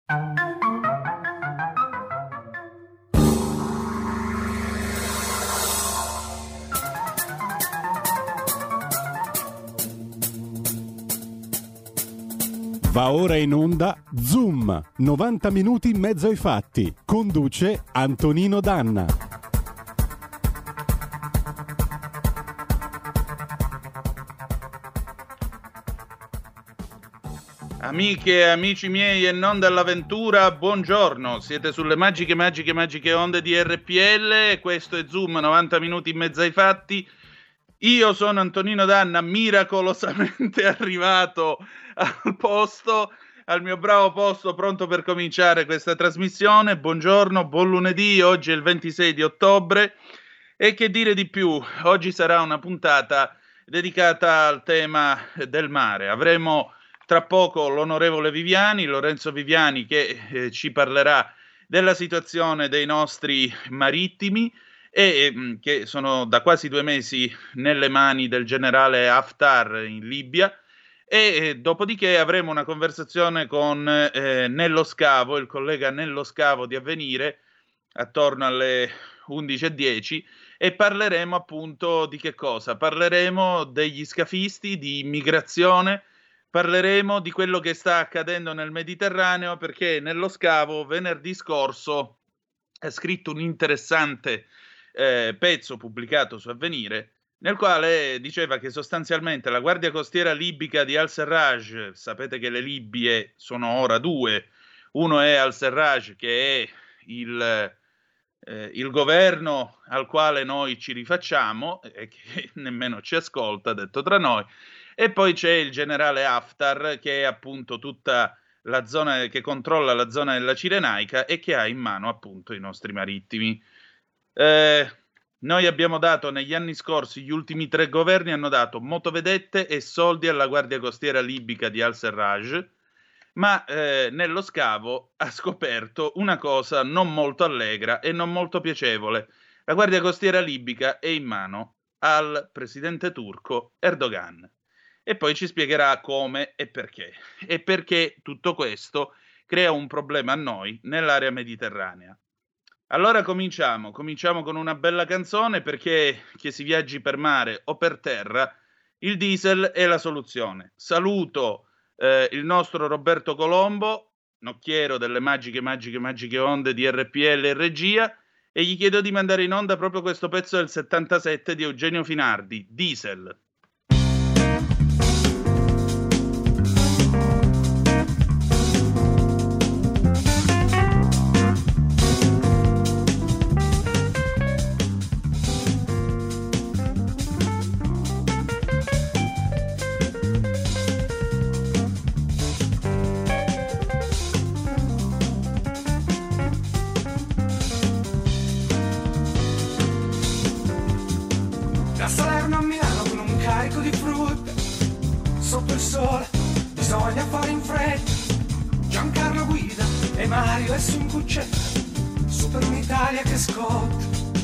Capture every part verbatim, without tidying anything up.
Va ora in onda Zoom, novanta minuti in mezzo ai fatti. Conduce Antonino Danna. Amiche e amici miei e non dell'avventura, buongiorno. Siete sulle magiche, magiche, magiche onde di R P L. Questo è Zoom, novanta minuti in mezzo ai fatti. Io sono Antonino Danna, miracolosamente arrivato al posto, al mio bravo posto, pronto per cominciare questa trasmissione. Buongiorno, buon lunedì, oggi è il ventisei di ottobre e che dire di più, oggi sarà una puntata dedicata al tema del mare. Avremo tra poco l'onorevole Viviani, Lorenzo Viviani, che eh, ci parlerà della situazione dei nostri marittimi e eh, che sono da quasi due mesi nelle mani del generale Haftar in Libia. E eh, dopodiché avremo una conversazione con eh, Nello Scavo, il collega Nello Scavo di Avvenire, attorno alle undici e dieci, e parleremo appunto di che cosa? Parleremo degli scafisti, di immigrazione, parleremo di quello che sta accadendo nel Mediterraneo, perché Nello Scavo venerdì scorso ha scritto un interessante eh, pezzo pubblicato su Avvenire, nel quale diceva che sostanzialmente la Guardia Costiera libica di Al-Serraj, sapete che le Libie sono ora due, uno è Al-Serraj, che è il, eh, il governo al quale noi ci rifacciamo e che nemmeno ci ascolta, detto tra noi, e poi c'è il generale Haftar, che è appunto tutta la zona, che controlla la zona della Cirenaica e che ha in mano appunto i nostri marittimi. Eh, Noi abbiamo dato negli anni scorsi, gli ultimi tre governi hanno dato motovedette e soldi alla Guardia Costiera libica di Al-Serraj, ma eh, Nello Scavo ha scoperto una cosa non molto allegra e non molto piacevole. La Guardia Costiera libica è in mano al presidente turco Erdogan. E poi ci spiegherà come e perché. E perché tutto questo crea un problema a noi nell'area mediterranea. Allora cominciamo, cominciamo con una bella canzone, perché che si viaggi per mare o per terra, il diesel è la soluzione. Saluto eh, il nostro Roberto Colombo, nocchiero delle magiche, magiche, magiche onde di R P L e regia, e gli chiedo di mandare in onda proprio questo pezzo del settantasette di Eugenio Finardi, Diesel. Bisogna fare in fretta, Giancarlo guida e Mario è su un cuccetto, su per un'Italia che scotta,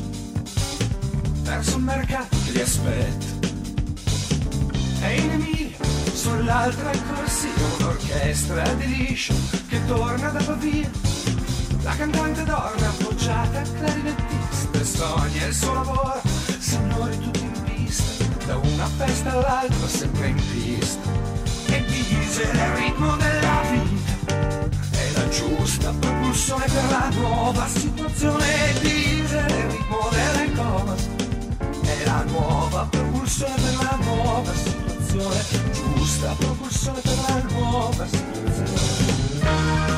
verso un mercato che li aspetta. E in Emilia, sull'altra corsia, un'orchestra di liscio che torna da Pavia. La cantante dorme appoggiata al clarinettista, sogna il suo lavoro, signori tutti in pista, da una festa all'altra sempre in pista. E diesel è il ritmo della vita, è la giusta propulsione per la nuova situazione. E diesel è il ritmo delle cose, è la nuova propulsione per la nuova situazione, giusta propulsione per la nuova situazione.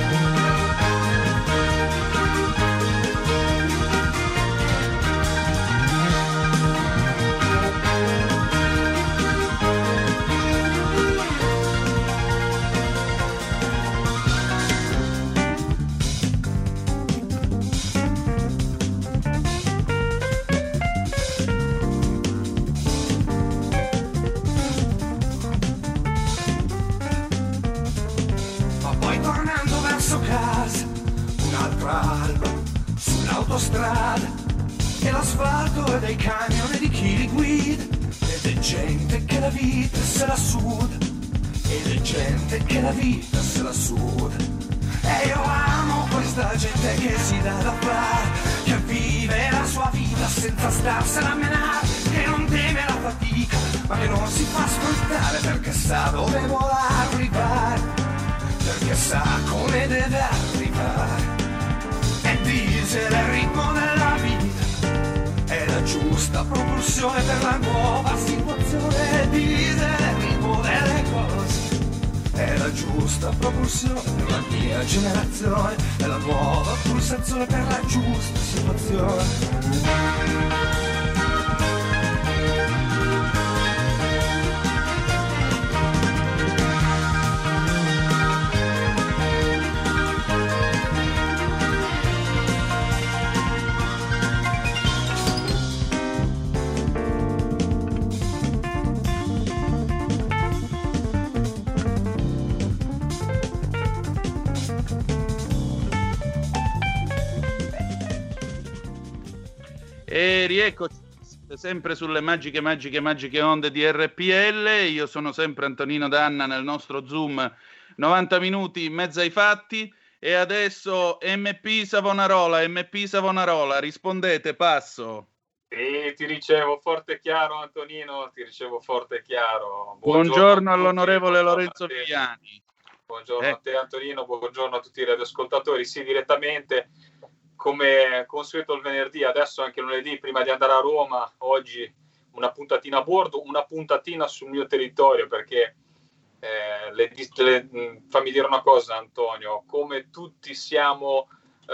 Sull'autostrada e l'asfalto e dei camion e di chi li guida, ed è gente che la vita se la suda, ed è gente che la vita se la suda. E la gente che si dà da fare, che vive la sua vita senza starsela a menare, che non teme la fatica, ma che non si fa ascoltare perché sa dove vuole arrivare, perché sa come deve arrivare. E diesel è il ritmo della vita, è la giusta propulsione per la nuova situazione. E diesel è il ritmo delle cose, è la giusta propulsione per la mia generazione, è la nuova pulsazione per la giusta situazione. E rieccoci sempre sulle magiche, magiche, magiche onde di R P L. Io sono sempre Antonino Danna nel nostro Zoom novanta minuti in mezzo ai fatti. E adesso M P Savonarola, M P Savonarola, rispondete, passo. Sì, ti ricevo forte e chiaro, Antonino, ti ricevo forte e chiaro. Buongiorno, buongiorno all'onorevole buongiorno Lorenzo Vigliani. Buongiorno eh. a te, Antonino, buongiorno a tutti i radioascoltatori. Sì, direttamente, come consueto il venerdì, adesso anche lunedì, prima di andare a Roma, oggi una puntatina a bordo, una puntatina sul mio territorio, perché eh, le, le, fammi dire una cosa, Antonio, come tutti siamo,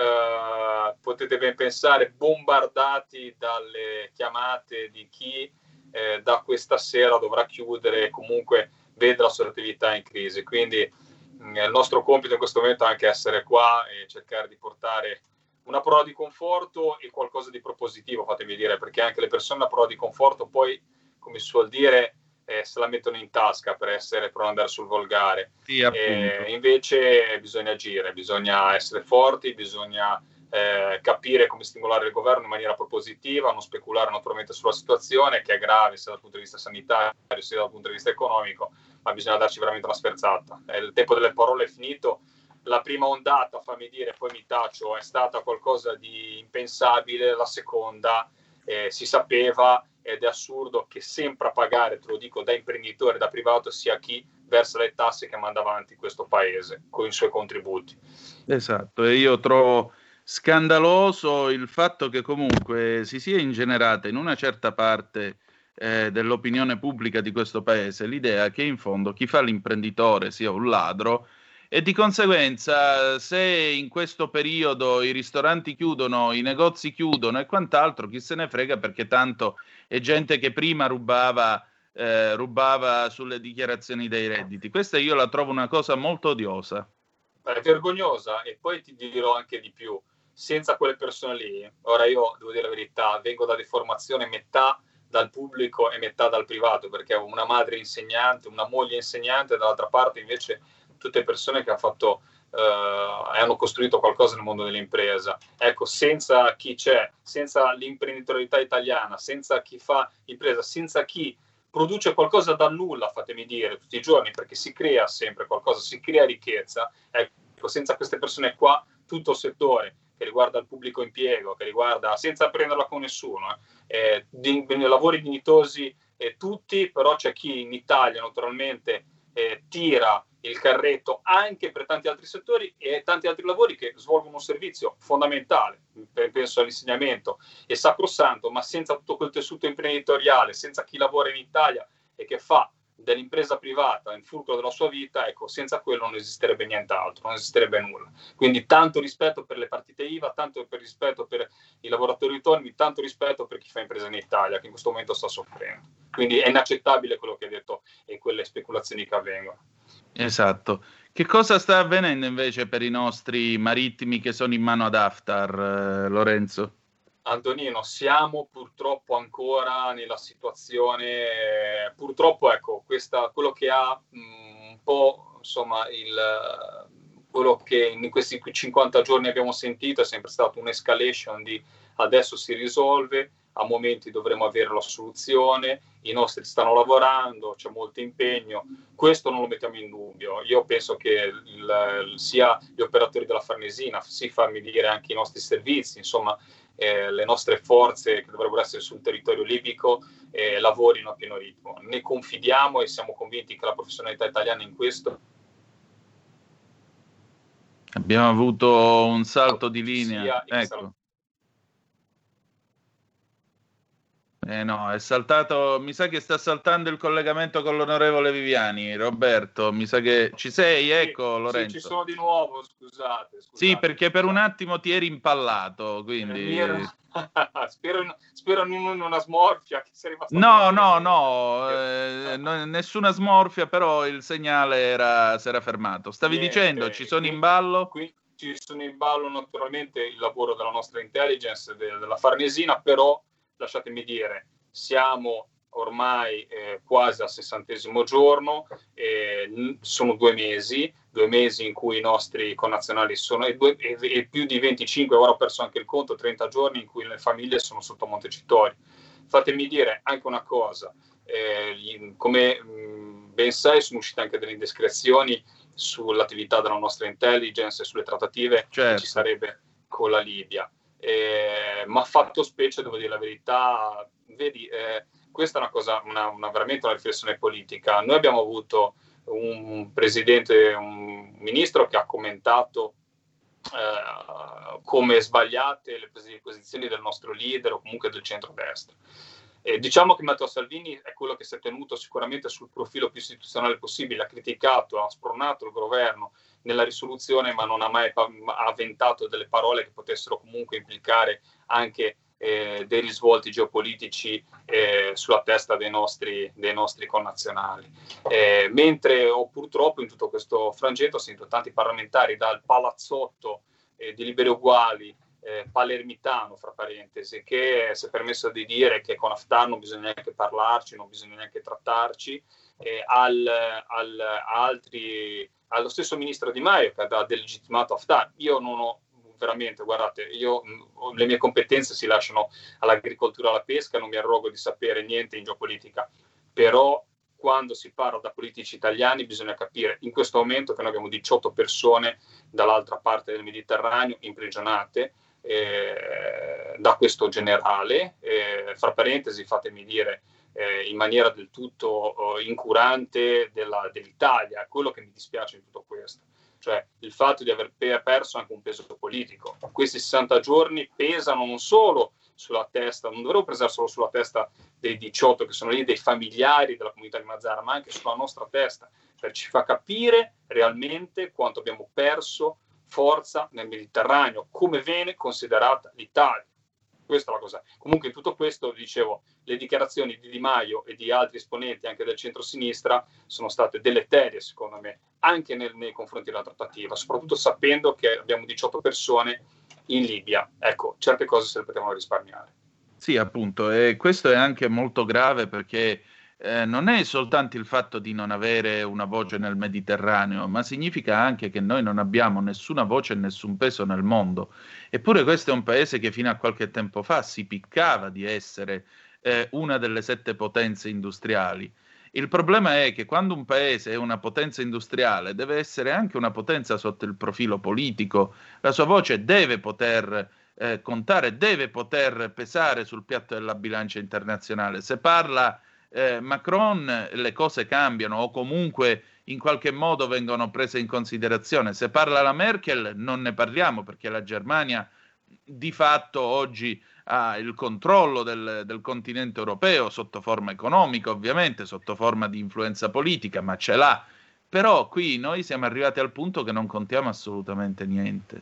eh, potete ben pensare, bombardati dalle chiamate di chi eh, da questa sera dovrà chiudere e comunque vede la sua attività in crisi. Quindi mh, il nostro compito in questo momento è anche essere qua e cercare di portare una parola di conforto e qualcosa di propositivo, fatemi dire, perché anche le persone la parola di conforto poi, come si suol dire, eh, se la mettono in tasca per essere, per non andare sul volgare. Sì, eh, invece bisogna agire, bisogna essere forti, bisogna eh, capire come stimolare il governo in maniera propositiva, non speculare naturalmente sulla situazione, che è grave sia dal punto di vista sanitario sia dal punto di vista economico, ma bisogna darci veramente una sferzata. Eh, il tempo delle parole è finito. La prima ondata, fammi dire, poi mi taccio, è stata qualcosa di impensabile. La seconda eh, si sapeva, ed è assurdo che sempre a pagare, te lo dico da imprenditore, da privato, sia chi versa le tasse che manda avanti questo paese con i suoi contributi. Esatto, e io trovo scandaloso il fatto che comunque si sia ingenerata in una certa parte eh, dell'opinione pubblica di questo paese l'idea che in fondo chi fa l'imprenditore sia un ladro. E di conseguenza, se in questo periodo i ristoranti chiudono, i negozi chiudono e quant'altro, chi se ne frega, perché tanto è gente che prima rubava, eh, rubava sulle dichiarazioni dei redditi. Questa io la trovo una cosa molto odiosa. È vergognosa, e poi ti dirò anche di più. Senza quelle persone lì, ora io devo dire la verità, vengo da deformazione metà dal pubblico e metà dal privato, perché ho una madre insegnante, una moglie insegnante, e dall'altra parte invece tutte persone che hanno fatto eh, e hanno costruito qualcosa nel mondo dell'impresa. Ecco, senza chi c'è, senza l'imprenditorialità italiana, senza chi fa impresa, senza chi produce qualcosa dal nulla, fatemi dire, tutti i giorni, perché si crea sempre qualcosa, si crea ricchezza, ecco, senza queste persone qua, tutto il settore che riguarda il pubblico impiego, che riguarda, senza prenderla con nessuno, eh, di, di lavori dignitosi eh, tutti, però c'è chi in Italia naturalmente eh, tira il carretto anche per tanti altri settori e tanti altri lavori che svolgono un servizio fondamentale, penso all'insegnamento, è sacrosanto, ma senza tutto quel tessuto imprenditoriale, senza chi lavora in Italia e che fa dell'impresa privata il fulcro della sua vita, ecco, senza quello non esisterebbe nient'altro, non esisterebbe nulla. Quindi tanto rispetto per le partite I V A, tanto per rispetto per i lavoratori autonomi, tanto rispetto per chi fa impresa in Italia, che in questo momento sta soffrendo. Quindi è inaccettabile quello che hai detto e quelle speculazioni che avvengono. Esatto. Che cosa sta avvenendo invece per i nostri marittimi che sono in mano ad Haftar, eh, Lorenzo? Antonino, siamo purtroppo ancora nella situazione, purtroppo ecco, questa, quello che ha mh, un po', insomma, il, quello che in questi cinquanta giorni abbiamo sentito è sempre stato un'escalation di adesso si risolve, a momenti dovremo avere la soluzione, i nostri stanno lavorando, c'è molto impegno, questo non lo mettiamo in dubbio. Io penso che il, sia gli operatori della Farnesina, sì, fammi dire anche i nostri servizi, insomma eh, le nostre forze che dovrebbero essere sul territorio libico eh, lavorino a pieno ritmo. Ne confidiamo e siamo convinti che la professionalità italiana in questo... Abbiamo avuto un salto di linea, ecco. Eh no, è saltato, mi sa che sta saltando il collegamento con l'onorevole Viviani. Roberto, mi sa che ci sei, ecco sì, Lorenzo. Sì, ci sono di nuovo, scusate. scusate sì, perché scusate. per un attimo ti eri impallato, quindi... Eh, ero... spero, in... spero in una smorfia. Che sei no, no, no, eh, no, nessuna smorfia, però il segnale era, si era fermato. Stavi Niente. dicendo, ci sono qui, in ballo? Qui ci sono in ballo naturalmente il lavoro della nostra intelligence, de- della Farnesina, però lasciatemi dire, siamo ormai eh, quasi al sessantesimo giorno, eh, sono due mesi, due mesi in cui i nostri connazionali sono, e, due, e, e più di venticinque, ora ho perso anche il conto, trenta giorni in cui le famiglie sono sotto Montecitorio. Fatemi dire anche una cosa, eh, come mh, ben sai sono uscite anche delle indiscrezioni sull'attività della nostra intelligence e sulle trattative certo. che ci sarebbe con la Libia. Eh, ma fatto specie, devo dire la verità, vedi, eh, questa è una cosa, una, una veramente una riflessione politica. Noi abbiamo avuto un presidente, un ministro che ha commentato eh, come sbagliate le posizioni del nostro leader o comunque del centrodestra. Eh, diciamo che Matteo Salvini è quello che si è tenuto sicuramente sul profilo più istituzionale possibile, ha criticato, ha spronato il governo nella risoluzione, ma non ha mai pa- avventato delle parole che potessero comunque implicare anche eh, dei risvolti geopolitici eh, sulla testa dei nostri, dei nostri connazionali. Eh, mentre ho purtroppo in tutto questo frangente ho sentito tanti parlamentari dal palazzotto eh, di Liberi Uguali, Eh, palermitano, fra parentesi, che si è permesso di dire che con Haftar non bisogna neanche parlarci, non bisogna neanche trattarci, eh, al, al, altri, allo stesso ministro Di Maio che ha delegittimato Haftar. Io non ho veramente, guardate, io, le mie competenze si lasciano all'agricoltura e alla pesca, non mi arrogo di sapere niente in geopolitica, però quando si parla da politici italiani bisogna capire in questo momento che noi abbiamo diciotto persone dall'altra parte del Mediterraneo imprigionate eh, da questo generale, eh, fra parentesi fatemi dire eh, in maniera del tutto eh, incurante della, dell'Italia. Quello che mi dispiace in tutto questo, cioè il fatto di aver pe- perso anche un peso politico. Questi sessanta giorni pesano non solo sulla testa, non dovrebbero pesare solo sulla testa dei diciotto che sono lì, dei familiari della comunità di Mazara, ma anche sulla nostra testa, cioè ci fa capire realmente quanto abbiamo perso forza nel Mediterraneo, come viene considerata l'Italia. Questa è la cosa. Comunque in tutto questo, dicevo, le dichiarazioni di Di Maio e di altri esponenti anche del centro-sinistra sono state deleterie, secondo me, anche nel, nei confronti della trattativa, soprattutto sapendo che abbiamo diciotto persone in Libia. Ecco, certe cose se le potevano risparmiare. Sì, appunto, e questo è anche molto grave perché eh, non è soltanto il fatto di non avere una voce nel Mediterraneo, ma significa anche che noi non abbiamo nessuna voce e nessun peso nel mondo. Eppure questo è un paese che fino a qualche tempo fa si piccava di essere eh, una delle sette potenze industriali. Il problema è che quando un paese è una potenza industriale deve essere anche una potenza sotto il profilo politico, la sua voce deve poter eh, contare, deve poter pesare sul piatto della bilancia internazionale. Se parla eh, Macron le cose cambiano o comunque in qualche modo vengono prese in considerazione. Se parla la Merkel non ne parliamo perché la Germania di fatto oggi ha il controllo del, del continente europeo sotto forma economica, ovviamente, sotto forma di influenza politica, ma ce l'ha. Però qui noi siamo arrivati al punto che non contiamo assolutamente niente.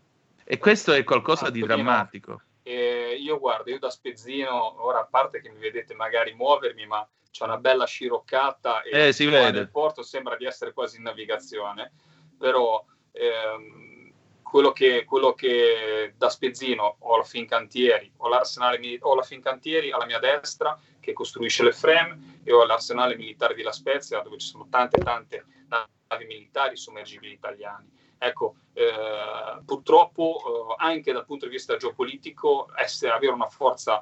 E questo è qualcosa di drammatico. Eh, io guardo, io da spezzino, ora a parte che mi vedete magari muovermi, ma c'è una bella sciroccata e eh, si vede. Nel porto sembra di essere quasi in navigazione, però ehm, quello, che, quello che da spezzino ho la Fincantieri, ho l'arsenale ho la Fincantieri alla mia destra che costruisce le frame e ho l'arsenale militare di La Spezia dove ci sono tante tante navi militari sommergibili italiani. Ecco, eh, purtroppo eh, anche dal punto di vista geopolitico essere, avere una forza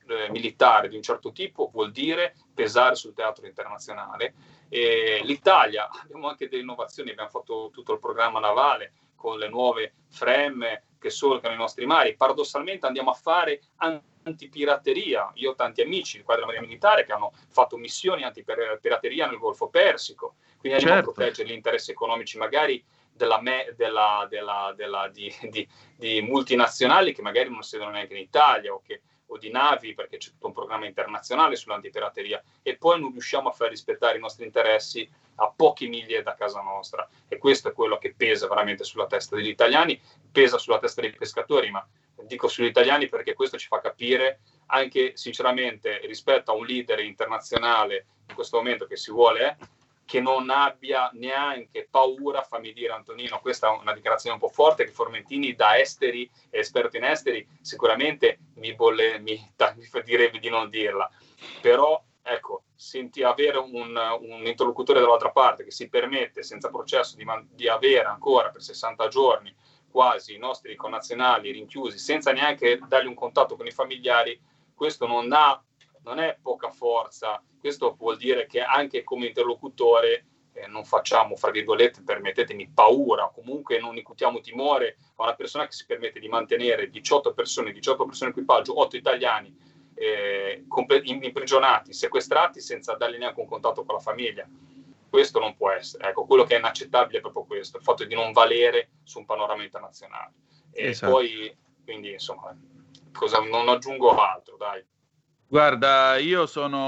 eh, militare di un certo tipo vuol dire pesare sul teatro internazionale. E l'Italia, abbiamo anche delle innovazioni, abbiamo fatto tutto il programma navale con le nuove fremme che solcano i nostri mari. Paradossalmente andiamo a fare antipirateria. Io ho tanti amici qua della Marina Militare che hanno fatto missioni antipirateria nel Golfo Persico, quindi andiamo certo. a proteggere gli interessi economici magari della, me, della, della, della, di, di, di multinazionali che magari non siedono neanche in Italia o, che, o di navi, perché c'è tutto un programma internazionale sull'antipirateria, e poi non riusciamo a far rispettare i nostri interessi a poche miglia da casa nostra, e questo è quello che pesa veramente sulla testa degli italiani, pesa sulla testa dei pescatori, ma dico sugli italiani perché questo ci fa capire anche sinceramente rispetto a un leader internazionale in questo momento che si vuole eh, che non abbia neanche paura, fammi dire Antonino, questa è una dichiarazione un po' forte che Formentini da esteri, esperto in esteri, sicuramente mi, bolle, mi, mi direbbe di non dirla, però ecco, senti avere un, un interlocutore dall'altra parte che si permette senza processo di, di avere ancora per sessanta giorni quasi i nostri connazionali rinchiusi senza neanche dargli un contatto con i familiari, questo non ha, non è poca forza, questo vuol dire che anche come interlocutore eh, non facciamo, fra virgolette, permettetemi, paura, o comunque non incutiamo timore a una persona che si permette di mantenere diciotto persone, diciotto persone equipaggio, otto italiani eh, imprigionati, sequestrati senza dargli neanche un contatto con la famiglia. Questo non può essere, ecco, quello che è inaccettabile è proprio questo, il fatto di non valere su un panorama internazionale. E esatto. Poi, quindi, insomma, cosa, non aggiungo altro, dai. Guarda, io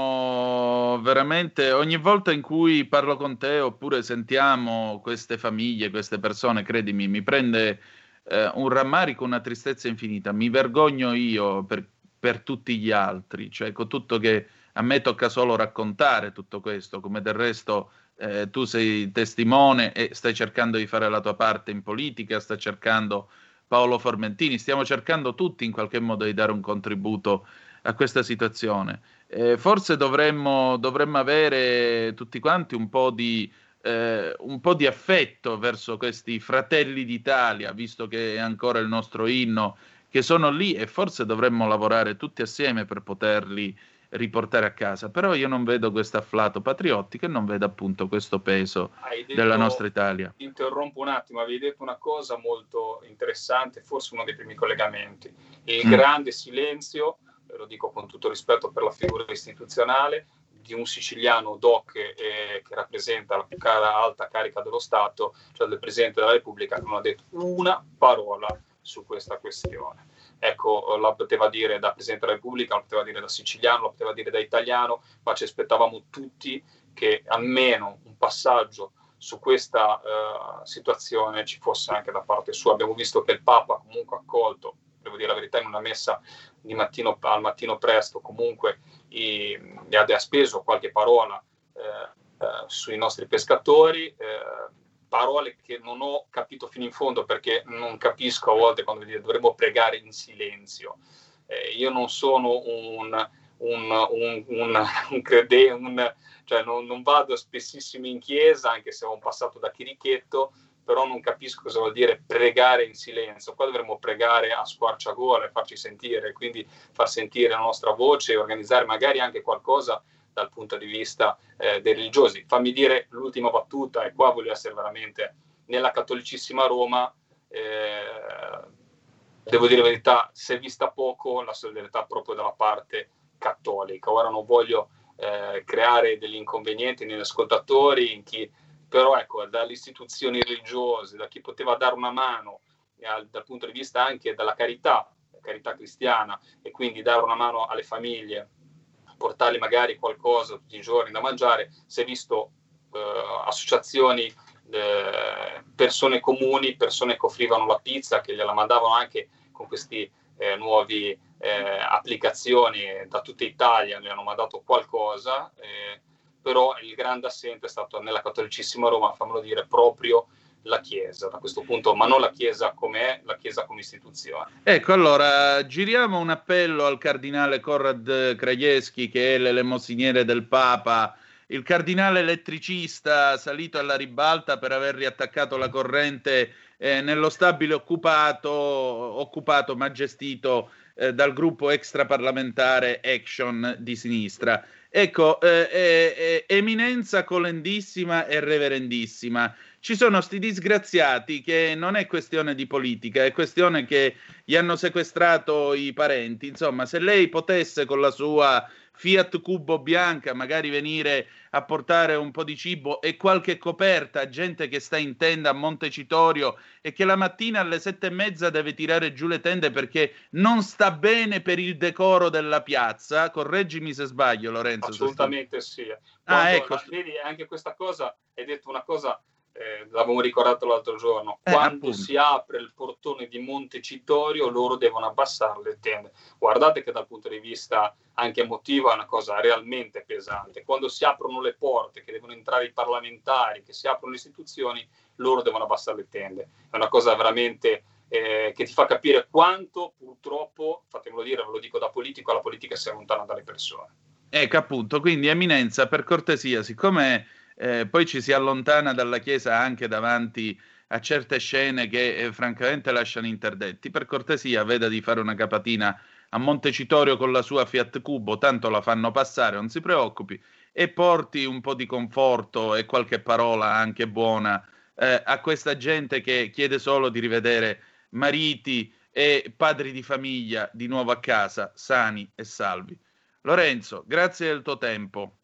sono veramente, ogni volta in cui parlo con te oppure sentiamo queste famiglie, queste persone, credimi, mi prende eh, un rammarico, una tristezza infinita, mi vergogno io per, per tutti gli altri, cioè con tutto che a me tocca solo raccontare tutto questo, come del resto Eh, tu sei testimone e stai cercando di fare la tua parte in politica, sta cercando Paolo Formentini, stiamo cercando tutti in qualche modo di dare un contributo a questa situazione. Eh, forse dovremmo, dovremmo avere tutti quanti un po' di eh, un po' di affetto verso questi fratelli d'Italia, visto che è ancora il nostro inno, che sono lì, e forse dovremmo lavorare tutti assieme per poterli riportare a casa, però io non vedo questo afflato patriottico e non vedo appunto questo peso detto, della nostra Italia. Interrompo un attimo, avevi detto una cosa molto interessante, forse uno dei primi collegamenti, il mm. grande silenzio, lo dico con tutto rispetto per la figura istituzionale, di un siciliano doc eh, che rappresenta la più cara, alta carica dello Stato, cioè del Presidente della Repubblica, che non ha detto una parola su questa questione. Ecco, la poteva dire da Presidente della Repubblica, la poteva dire da siciliano, la poteva dire da italiano, ma ci aspettavamo tutti che almeno un passaggio su questa uh, situazione ci fosse anche da parte sua. Abbiamo visto che il Papa comunque ha accolto, devo dire la verità, in una messa di mattino, al mattino presto, comunque i, ha speso qualche parola eh, eh, sui nostri pescatori, eh, parole che non ho capito fino in fondo, perché non capisco a volte quando dire dovremmo pregare in silenzio. Eh, io non sono un, un, un, un, un crede, un cioè non, non vado spessissimo in chiesa, anche se ho un passato da chirichetto, però non capisco cosa vuol dire pregare in silenzio. Qua dovremmo pregare a squarciagola e farci sentire, quindi far sentire la nostra voce e organizzare magari anche qualcosa dal punto di vista eh, dei religiosi. Fammi dire l'ultima battuta, e qua voglio essere veramente nella cattolicissima Roma, eh, devo dire la verità, si è vista poco la solidarietà proprio dalla parte cattolica. Ora non voglio eh, creare degli inconvenienti negli ascoltatori, in chi, però ecco, dalle istituzioni religiose, da chi poteva dare una mano, eh, dal punto di vista anche della carità, carità cristiana, e quindi dare una mano alle famiglie, portargli magari qualcosa tutti i giorni da mangiare, si è visto eh, associazioni, eh, persone comuni, persone che offrivano la pizza, che gliela mandavano anche con questi eh, nuovi eh, applicazioni da tutta Italia, gli hanno mandato qualcosa, eh, però il grande assente è stato nella cattolicissima Roma, fammelo dire, proprio la Chiesa da questo punto, ma non la Chiesa come è, la Chiesa come istituzione. Ecco, allora giriamo un appello al cardinale Konrad Krajewski, che è l'elemosiniere del Papa, il cardinale elettricista salito alla ribalta per aver riattaccato la corrente eh, nello stabile occupato, occupato ma gestito eh, dal gruppo extraparlamentare Action di sinistra. Ecco, eh, eh, eh, eminenza colendissima e reverendissima. Ci sono sti disgraziati che non è questione di politica, è questione che gli hanno sequestrato i parenti. Insomma, se lei potesse con la sua Fiat Cubo bianca magari venire a portare un po' di cibo e qualche coperta a gente che sta in tenda a Montecitorio e che la mattina alle sette e mezza deve tirare giù le tende perché non sta bene per il decoro della piazza, correggimi se sbaglio, Lorenzo. Assolutamente sì. Ah, ecco. La, vedi, anche questa cosa, hai detto una cosa, eh, l'avevo ricordato l'altro giorno, eh, quando appunto. si apre il portone di Montecitorio loro devono abbassare le tende. Guardate che dal punto di vista anche emotivo è una cosa realmente pesante. Quando si aprono le porte, che devono entrare i parlamentari, che si aprono le istituzioni, loro devono abbassare le tende. È una cosa veramente eh, che ti fa capire quanto purtroppo, fatemelo dire, ve lo dico da politico, la politica si allontana dalle persone. Ecco, appunto, quindi Eminenza, per cortesia, siccome eh, poi ci si allontana dalla Chiesa anche davanti a certe scene che eh, francamente lasciano interdetti, per cortesia veda di fare una capatina a Montecitorio con la sua Fiat Cubo, tanto la fanno passare, non si preoccupi, e porti un po' di conforto e qualche parola anche buona eh, a questa gente che chiede solo di rivedere mariti e padri di famiglia di nuovo a casa, sani e salvi. Lorenzo, grazie del tuo tempo.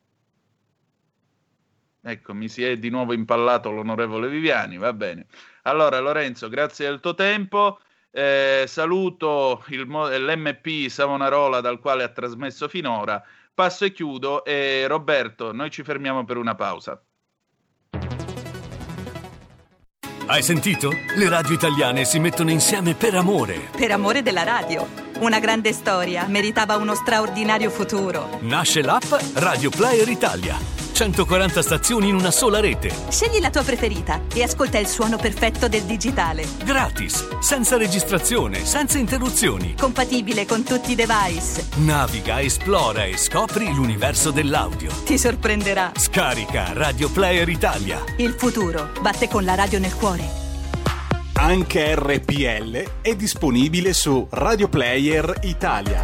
Ecco, mi si è di nuovo impallato l'onorevole Viviani, va bene. Allora, Lorenzo, grazie del tuo tempo. Eh, saluto il, l'M P Savonarola dal quale ha trasmesso finora. Passo e chiudo. E Roberto, noi ci fermiamo per una pausa. Hai sentito? Le radio italiane si mettono insieme per amore. Per amore della radio. Una grande storia meritava uno straordinario futuro. Nasce l'app Radio Player Italia. centoquaranta stazioni in una sola rete. Scegli la tua preferita e ascolta il suono perfetto del digitale. Gratis, senza registrazione, senza interruzioni. Compatibile con tutti i device. Naviga, esplora e scopri l'universo dell'audio. Ti sorprenderà. Scarica Radio Player Italia. Il futuro batte con la radio nel cuore. Anche R P L è disponibile su Radio Player Italia.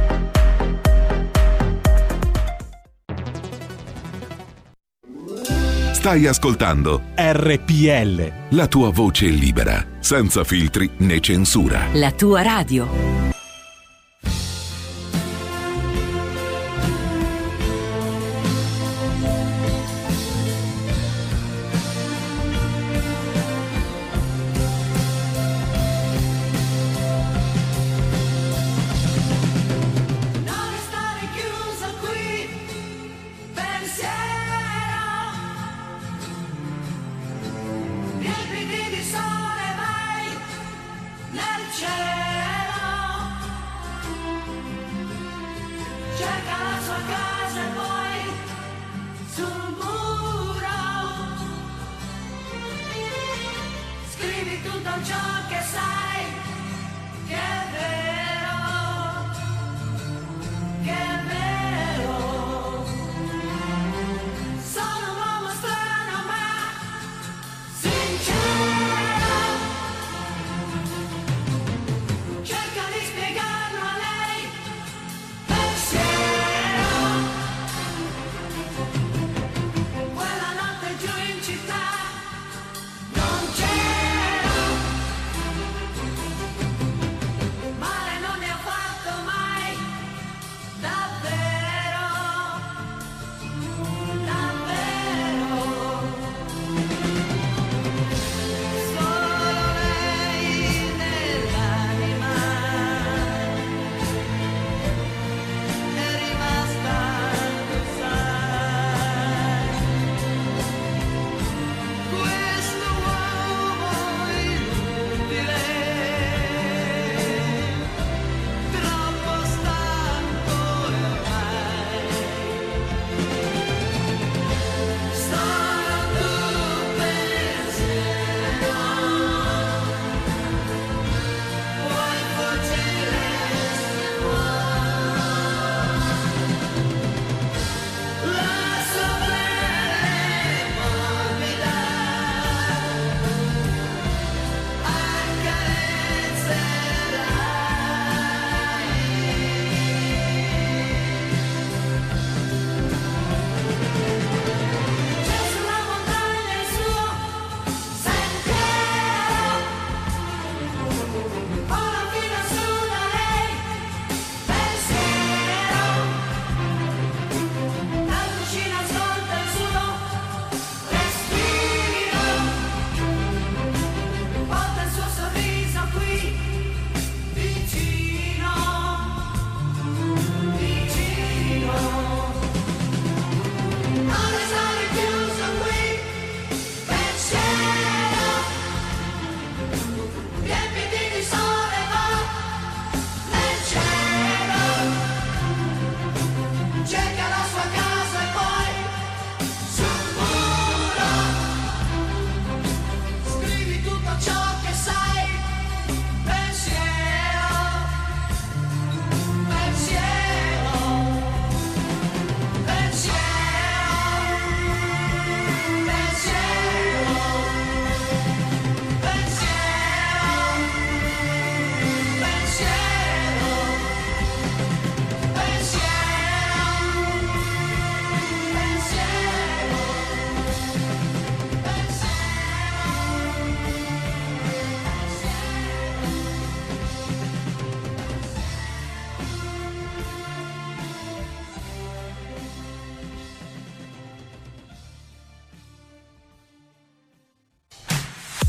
Stai ascoltando R P L, la tua voce libera, senza filtri né censura. La tua radio. Cielo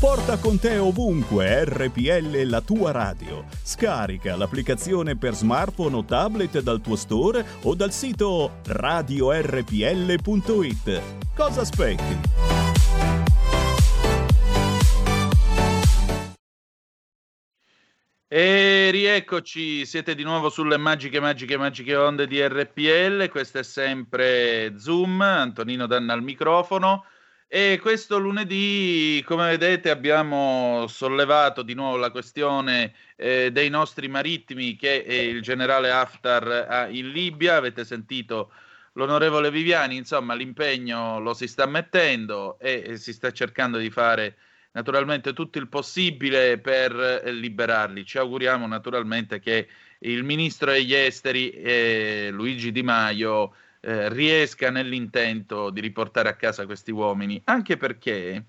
Porta con te ovunque R P L, la tua radio. Scarica l'applicazione per smartphone o tablet dal tuo store o dal sito radio r p l punto i t. Cosa aspetti? E rieccoci, siete di nuovo sulle magiche, magiche, magiche onde di R P L. Questo è sempre Zoom, Antonino Danna al microfono. E questo lunedì, come vedete, abbiamo sollevato di nuovo la questione eh, dei nostri marittimi che eh, il generale Haftar ha in Libia. Avete sentito l'onorevole Viviani, insomma l'impegno lo si sta mettendo e, e si sta cercando di fare naturalmente tutto il possibile per eh, liberarli. Ci auguriamo naturalmente che il ministro degli esteri eh, Luigi Di Maio Eh, riesca nell'intento di riportare a casa questi uomini, anche perché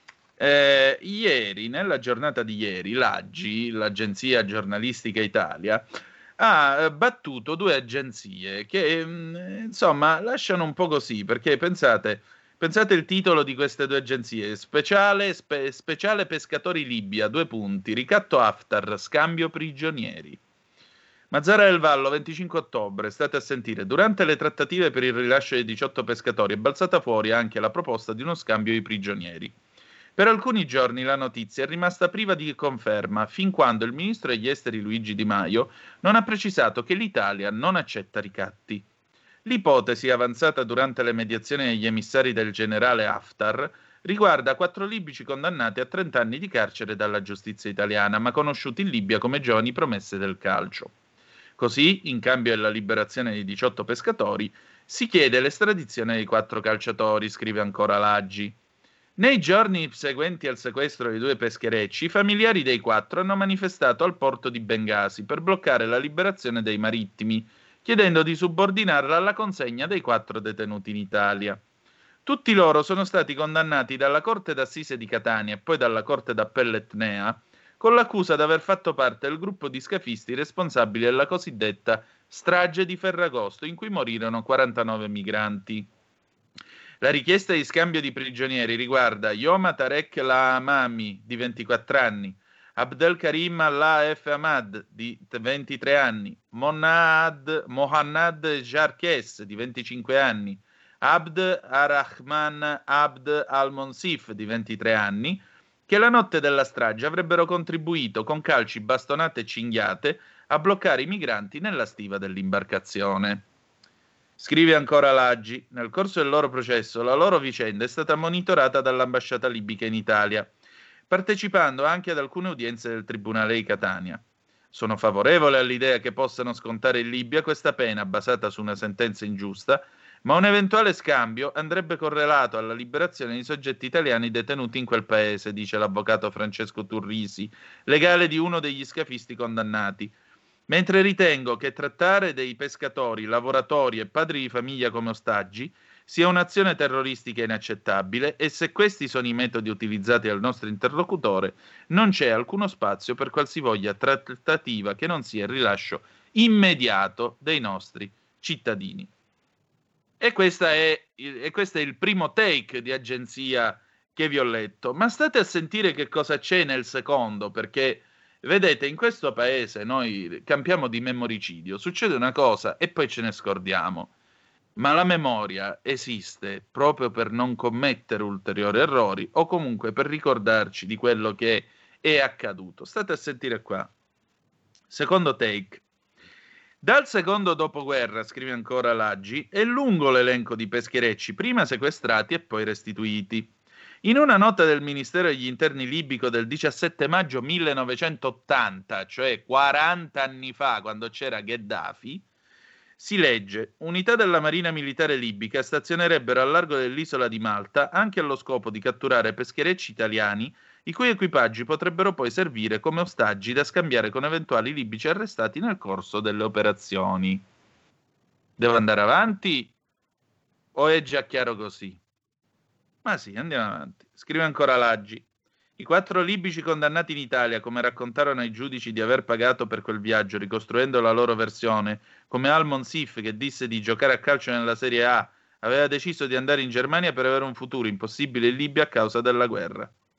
eh, ieri, nella giornata di ieri, l'A G I, l'Agenzia Giornalistica Italia, ha battuto due agenzie che mh, insomma lasciano un po' così, perché pensate, pensate il titolo di queste due agenzie: speciale, spe, speciale pescatori Libia, due punti, ricatto Haftar, scambio prigionieri. Mazara del Vallo, venticinque ottobre, state a sentire, durante le trattative per il rilascio dei diciotto pescatori è balzata fuori anche la proposta di uno scambio di prigionieri. Per alcuni giorni la notizia è rimasta priva di conferma, fin quando il ministro degli esteri Luigi Di Maio non ha precisato che l'Italia non accetta ricatti. L'ipotesi avanzata durante le mediazioni degli emissari del generale Haftar riguarda quattro libici condannati a trenta anni di carcere dalla giustizia italiana, ma conosciuti in Libia come giovani promesse del calcio. Così, in cambio della liberazione di diciotto pescatori, si chiede l'estradizione dei quattro calciatori, scrive ancora l'A G I. Nei giorni seguenti al sequestro dei due pescherecci, i familiari dei quattro hanno manifestato al porto di Bengasi per bloccare la liberazione dei marittimi, chiedendo di subordinarla alla consegna dei quattro detenuti in Italia. Tutti loro sono stati condannati dalla Corte d'Assise di Catania e poi dalla Corte d'Appello Etnea, con l'accusa di aver fatto parte del gruppo di scafisti responsabili della cosiddetta strage di Ferragosto, in cui morirono quarantanove migranti. La richiesta di scambio di prigionieri riguarda Yoma Tarek Lahamami, di ventiquattro anni, Abdelkarim Allah F. Ahmad, di ventitré anni, Monad, Mohannad Jarkes, di venticinque anni, Abd Arrahman Abd al-Monsif, di ventitré anni, che la notte della strage avrebbero contribuito con calci, bastonate e cinghiate a bloccare i migranti nella stiva dell'imbarcazione. Scrive ancora l'A G I, nel corso del loro processo la loro vicenda è stata monitorata dall'ambasciata libica in Italia, partecipando anche ad alcune udienze del Tribunale di Catania. Sono favorevole all'idea che possano scontare in Libia questa pena basata su una sentenza ingiusta, ma un eventuale scambio andrebbe correlato alla liberazione di soggetti italiani detenuti in quel paese, dice l'avvocato Francesco Turrisi, legale di uno degli scafisti condannati. Mentre ritengo che trattare dei pescatori, lavoratori e padri di famiglia come ostaggi sia un'azione terroristica inaccettabile e se questi sono i metodi utilizzati dal nostro interlocutore, non c'è alcuno spazio per qualsivoglia trattativa che non sia il rilascio immediato dei nostri cittadini. E, questa è, e questo è il primo take di agenzia che vi ho letto, ma state a sentire che cosa c'è nel secondo, perché vedete, in questo paese noi campiamo di memoricidio, succede una cosa e poi ce ne scordiamo, ma la memoria esiste proprio per non commettere ulteriori errori o comunque per ricordarci di quello che è accaduto. State a sentire qua. Secondo take. Dal secondo dopoguerra, scrive ancora l'A G I, è lungo l'elenco di pescherecci, prima sequestrati e poi restituiti. In una nota del Ministero degli Interni libico del diciassette maggio millenovecentottanta, cioè quaranta anni fa, quando c'era Gheddafi, si legge: unità della Marina Militare libica stazionerebbero al largo dell'isola di Malta anche allo scopo di catturare pescherecci italiani i cui equipaggi potrebbero poi servire come ostaggi da scambiare con eventuali libici arrestati nel corso delle operazioni. Devo andare avanti o è già chiaro così? Ma sì, andiamo avanti. Scrive ancora l'A G I. I quattro libici condannati in Italia, come raccontarono ai giudici di aver pagato per quel viaggio, ricostruendo la loro versione, come Al-Monsif, che disse di giocare a calcio nella Serie A, aveva deciso di andare in Germania per avere un futuro impossibile in Libia a causa della guerra.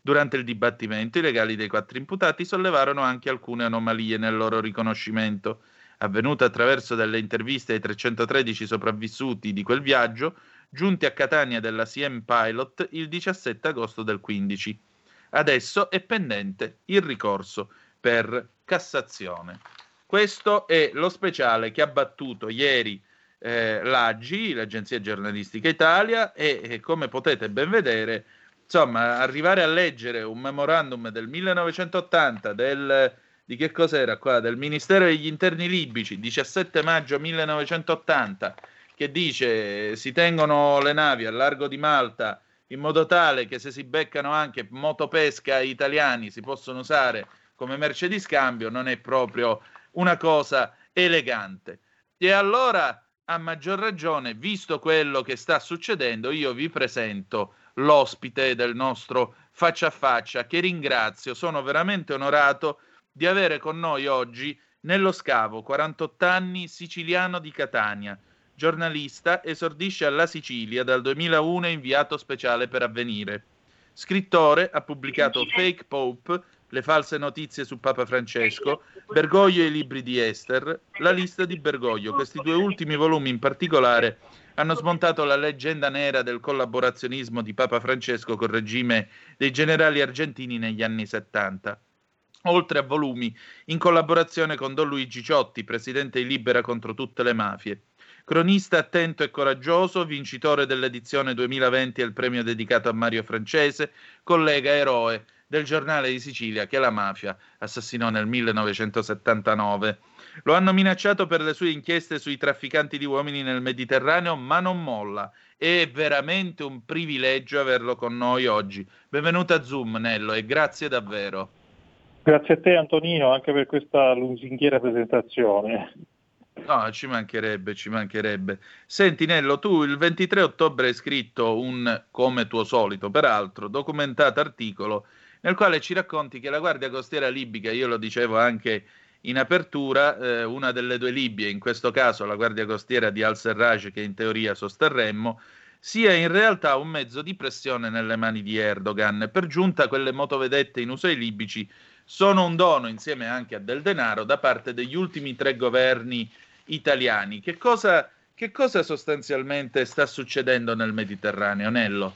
Durante il dibattimento i legali dei quattro imputati sollevarono anche alcune anomalie nel loro riconoscimento, avvenuto attraverso delle interviste ai trecentotredici sopravvissuti di quel viaggio, giunti a Catania della C M Pilot il diciassette agosto del quindici. Adesso è pendente il ricorso per Cassazione. Questo è lo speciale che ha battuto ieri eh, l'A G I, l'Agenzia Giornalistica Italia, e, e come potete ben vedere, insomma, arrivare a leggere un memorandum del millenovecentottanta del, di che cos'era qua, del Ministero degli Interni libici, diciassette maggio millenovecentottanta, che dice si tengono le navi al largo di Malta in modo tale che se si beccano anche motopesca italiani si possono usare come merce di scambio, non è proprio una cosa elegante. E allora, a maggior ragione, visto quello che sta succedendo, io vi presento l'ospite del nostro Faccia a Faccia, che ringrazio. Sono veramente onorato di avere con noi oggi Nello Scavo, quarantotto anni, siciliano di Catania, giornalista, esordisce alla Sicilia dal duemilauno, inviato speciale per Avvenire. Scrittore, ha pubblicato Fake Pope, le false notizie su Papa Francesco, Bergoglio e i libri di Esther, La lista di Bergoglio. Questi due ultimi volumi in particolare hanno smontato la leggenda nera del collaborazionismo di Papa Francesco col regime dei generali argentini negli anni settanta. Oltre a volumi in collaborazione con Don Luigi Ciotti, presidente di Libera contro tutte le mafie. Cronista attento e coraggioso, vincitore dell'edizione duemilaventi del premio dedicato a Mario Francese, collega eroe del Giornale di Sicilia che la mafia assassinò nel millenovecentosettantanove. Lo hanno minacciato per le sue inchieste sui trafficanti di uomini nel Mediterraneo, ma non molla. È veramente un privilegio averlo con noi oggi. Benvenuto a Zoom, Nello, e grazie davvero. Grazie a te, Antonino, anche per questa lusinghiera presentazione. No, ci mancherebbe, ci mancherebbe. Senti, Nello, tu il ventitré ottobre hai scritto un, come tuo solito peraltro, documentato articolo nel quale ci racconti che la Guardia Costiera libica, io lo dicevo anche in apertura, eh, una delle due Libie, in questo caso la Guardia Costiera di al-Serraj, che in teoria sosterremmo, sia in realtà un mezzo di pressione nelle mani di Erdogan. Per giunta quelle motovedette in uso ai libici sono un dono, insieme anche a del denaro, da parte degli ultimi tre governi italiani. Che cosa, che cosa sostanzialmente sta succedendo nel Mediterraneo, Nello?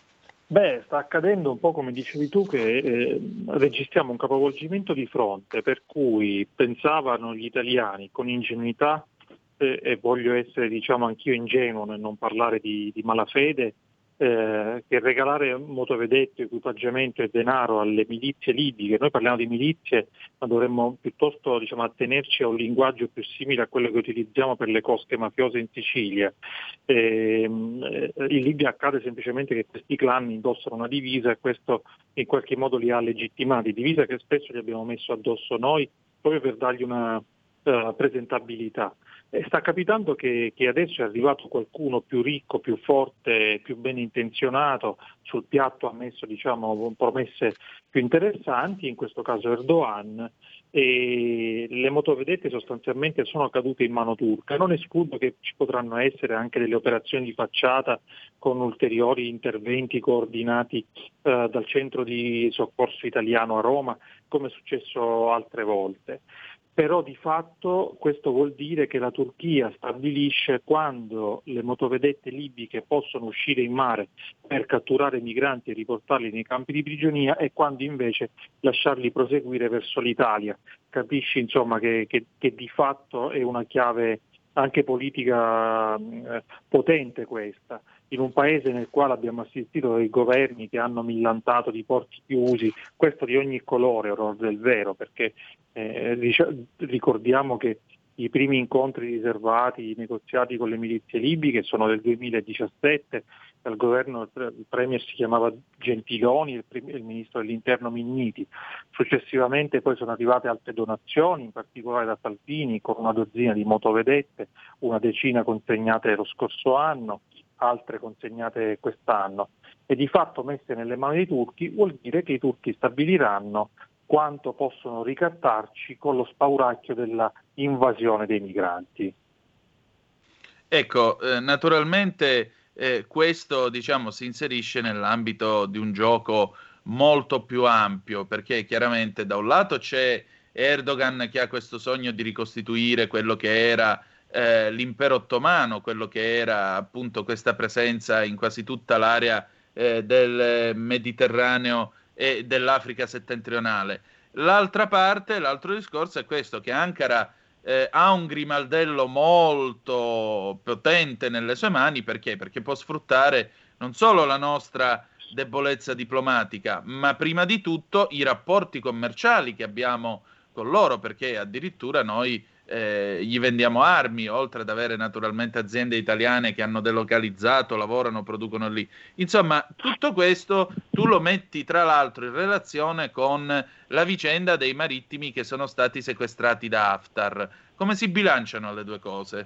Beh, sta accadendo un po' come dicevi tu, che eh, registriamo un capovolgimento di fronte, per cui pensavano gli italiani con ingenuità, eh, e voglio essere, diciamo, anch'io ingenuo nel non parlare di, di malafede, eh, che regalare motovedette, equipaggiamento e denaro alle milizie libiche, noi parliamo di milizie, ma dovremmo piuttosto, diciamo, attenerci a un linguaggio più simile a quello che utilizziamo per le cosche mafiose in Sicilia. Eh, in Libia accade semplicemente che questi clan indossano una divisa e questo in qualche modo li ha legittimati, divisa che spesso gli abbiamo messo addosso noi proprio per dargli una uh, presentabilità. E sta capitando che, che adesso è arrivato qualcuno più ricco, più forte, più ben intenzionato, sul piatto ha messo, diciamo, promesse più interessanti, in questo caso Erdogan, e le motovedette sostanzialmente sono cadute in mano turca. Non escludo che ci potranno essere anche delle operazioni di facciata con ulteriori interventi coordinati eh, dal centro di soccorso italiano a Roma, come è successo altre volte. Però di fatto questo vuol dire che la Turchia stabilisce quando le motovedette libiche possono uscire in mare per catturare migranti e riportarli nei campi di prigionia e quando invece lasciarli proseguire verso l'Italia. Capisci, insomma, che, che, che di fatto è una chiave anche politica eh, potente questa, in un paese nel quale abbiamo assistito dei governi che hanno millantato di porti chiusi, questo di ogni colore, orror del vero, perché eh, ricordiamo che i primi incontri riservati, i negoziati con le milizie libiche sono del duemiladiciassette, al governo il premier si chiamava Gentiloni, il, prim- il ministro dell'interno Minniti. Successivamente poi sono arrivate altre donazioni, in particolare da Salvini, con una dozzina di motovedette, una decina consegnate lo scorso anno, altre consegnate quest'anno. E di fatto messe nelle mani dei turchi vuol dire che i turchi stabiliranno quanto possono ricattarci con lo spauracchio della invasione dei migranti. Ecco, eh, naturalmente eh, questo, diciamo, si inserisce nell'ambito di un gioco molto più ampio, perché chiaramente da un lato c'è Erdogan che ha questo sogno di ricostituire quello che era eh, l'impero ottomano, quello che era appunto questa presenza in quasi tutta l'area eh, del Mediterraneo e dell'Africa settentrionale. L'altra parte, l'altro discorso è questo, che Ankara eh, ha un grimaldello molto potente nelle sue mani, perché? Perché può sfruttare non solo la nostra debolezza diplomatica, ma prima di tutto i rapporti commerciali che abbiamo con loro, perché addirittura noi eh, gli vendiamo armi, oltre ad avere naturalmente aziende italiane che hanno delocalizzato, lavorano, producono lì. Insomma, tutto questo tu lo metti tra l'altro in relazione con la vicenda dei marittimi che sono stati sequestrati da Haftar. Come si bilanciano le due cose?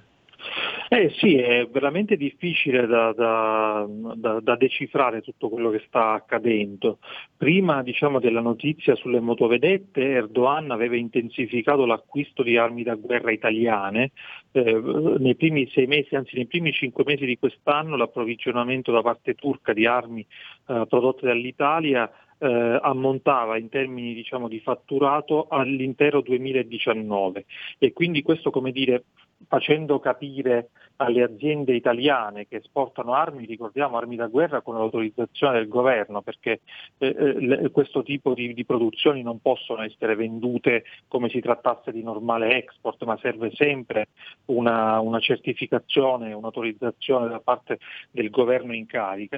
Eh sì, è veramente difficile da, da, da, da decifrare tutto quello che sta accadendo. Prima, diciamo, della notizia sulle motovedette, Erdogan aveva intensificato l'acquisto di armi da guerra italiane. Eh, nei primi sei mesi, anzi nei primi cinque mesi di quest'anno, l'approvvigionamento da parte turca di armi eh, prodotte dall'Italia Eh, ammontava in termini, diciamo, di fatturato all'intero duemiladiciannove, e quindi questo, come dire, facendo capire alle aziende italiane che esportano armi, ricordiamo armi da guerra con l'autorizzazione del governo, perché eh, eh, questo tipo di, di produzioni non possono essere vendute come si trattasse di normale export, ma serve sempre una, una certificazione, un'autorizzazione da parte del governo in carica.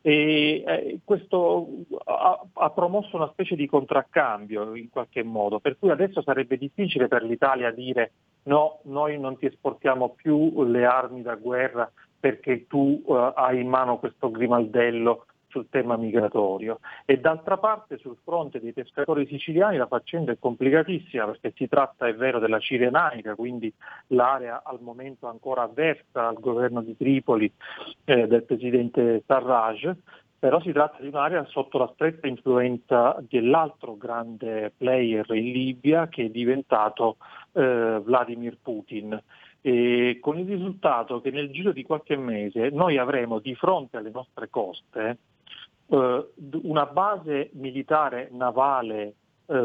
E eh, questo ha, ha promosso una specie di contraccambio in qualche modo, per cui adesso sarebbe difficile per l'Italia dire no, noi non ti esportiamo più le armi da guerra perché tu uh, hai in mano questo grimaldello sul tema migratorio. E d'altra parte sul fronte dei pescatori siciliani la faccenda è complicatissima, perché si tratta, è vero, della Cirenaica, quindi l'area al momento ancora avversa al governo di Tripoli eh, del presidente Sarraj, però si tratta di un'area sotto la stretta influenza dell'altro grande player in Libia, che è diventato eh, Vladimir Putin. E con il risultato che nel giro di qualche mese noi avremo di fronte alle nostre coste eh, una base militare navale eh,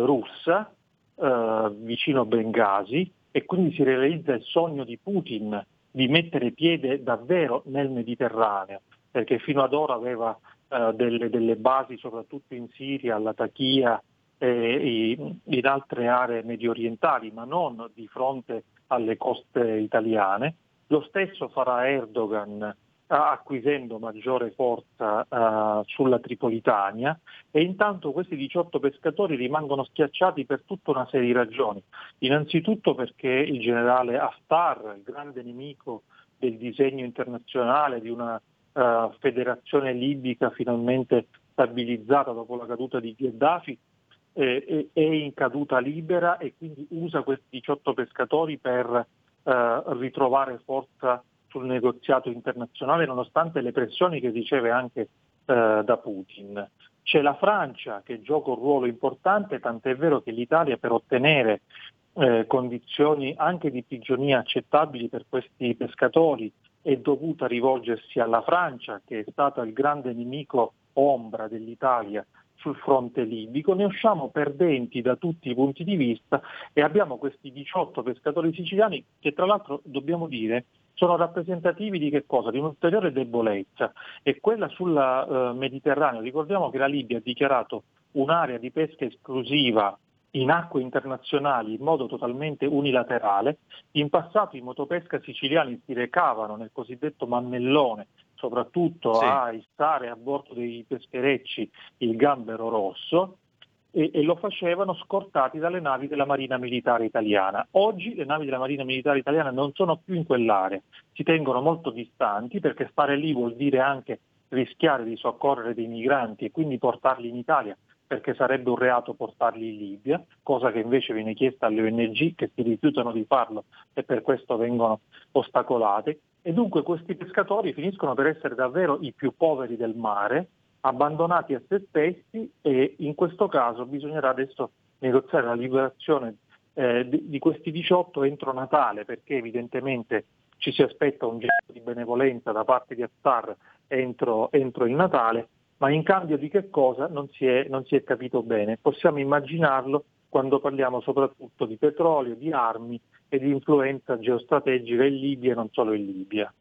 russa eh, vicino Bengasi, e quindi si realizza il sogno di Putin di mettere piede davvero nel Mediterraneo, perché fino ad ora aveva eh, delle, delle basi soprattutto in Siria, alla Latakia e in altre aree medio orientali, ma non di fronte alle coste italiane. Lo stesso farà Erdogan acquisendo maggiore forza uh, sulla Tripolitania, e intanto questi diciotto pescatori rimangono schiacciati per tutta una serie di ragioni. Innanzitutto perché il generale Haftar, il grande nemico del disegno internazionale di una uh, federazione libica finalmente stabilizzata dopo la caduta di Gheddafi, eh, è in caduta libera, e quindi usa questi diciotto pescatori per uh, ritrovare forza sul negoziato internazionale, nonostante le pressioni che riceve anche eh, da Putin. C'è la Francia che gioca un ruolo importante, tant'è vero che l'Italia, per ottenere eh, condizioni anche di prigionia accettabili per questi pescatori, è dovuta rivolgersi alla Francia, che è stata il grande nemico ombra dell'Italia sul fronte libico. Ne usciamo perdenti da tutti i punti di vista, e abbiamo questi diciotto pescatori siciliani che, tra l'altro, dobbiamo dire, sono rappresentativi di che cosa? Di un'ulteriore debolezza, e quella sul uh, Mediterraneo. Ricordiamo che la Libia ha dichiarato un'area di pesca esclusiva in acque internazionali in modo totalmente unilaterale. In passato i motopesca siciliani si recavano nel cosiddetto Mammellone, soprattutto sì. a issare a bordo dei pescherecci il gambero rosso, e, e lo facevano scortati dalle navi della Marina Militare Italiana. Oggi le navi della Marina Militare Italiana non sono più in quell'area, si tengono molto distanti, perché stare lì vuol dire anche rischiare di soccorrere dei migranti e quindi portarli in Italia, perché sarebbe un reato portarli in Libia, cosa che invece viene chiesta alle O N G, che si rifiutano di farlo e per questo vengono ostacolate. E dunque questi pescatori finiscono per essere davvero i più poveri del mare, abbandonati a se stessi, e in questo caso bisognerà adesso negoziare la liberazione eh, di, di questi diciotto entro Natale, perché evidentemente ci si aspetta un gesto di benevolenza da parte di Haftar entro, entro il Natale, ma in cambio di che cosa non si è, non si è capito bene. Possiamo immaginarlo quando parliamo soprattutto di petrolio, di armi e di influenza geostrategica in Libia e non solo in Libia.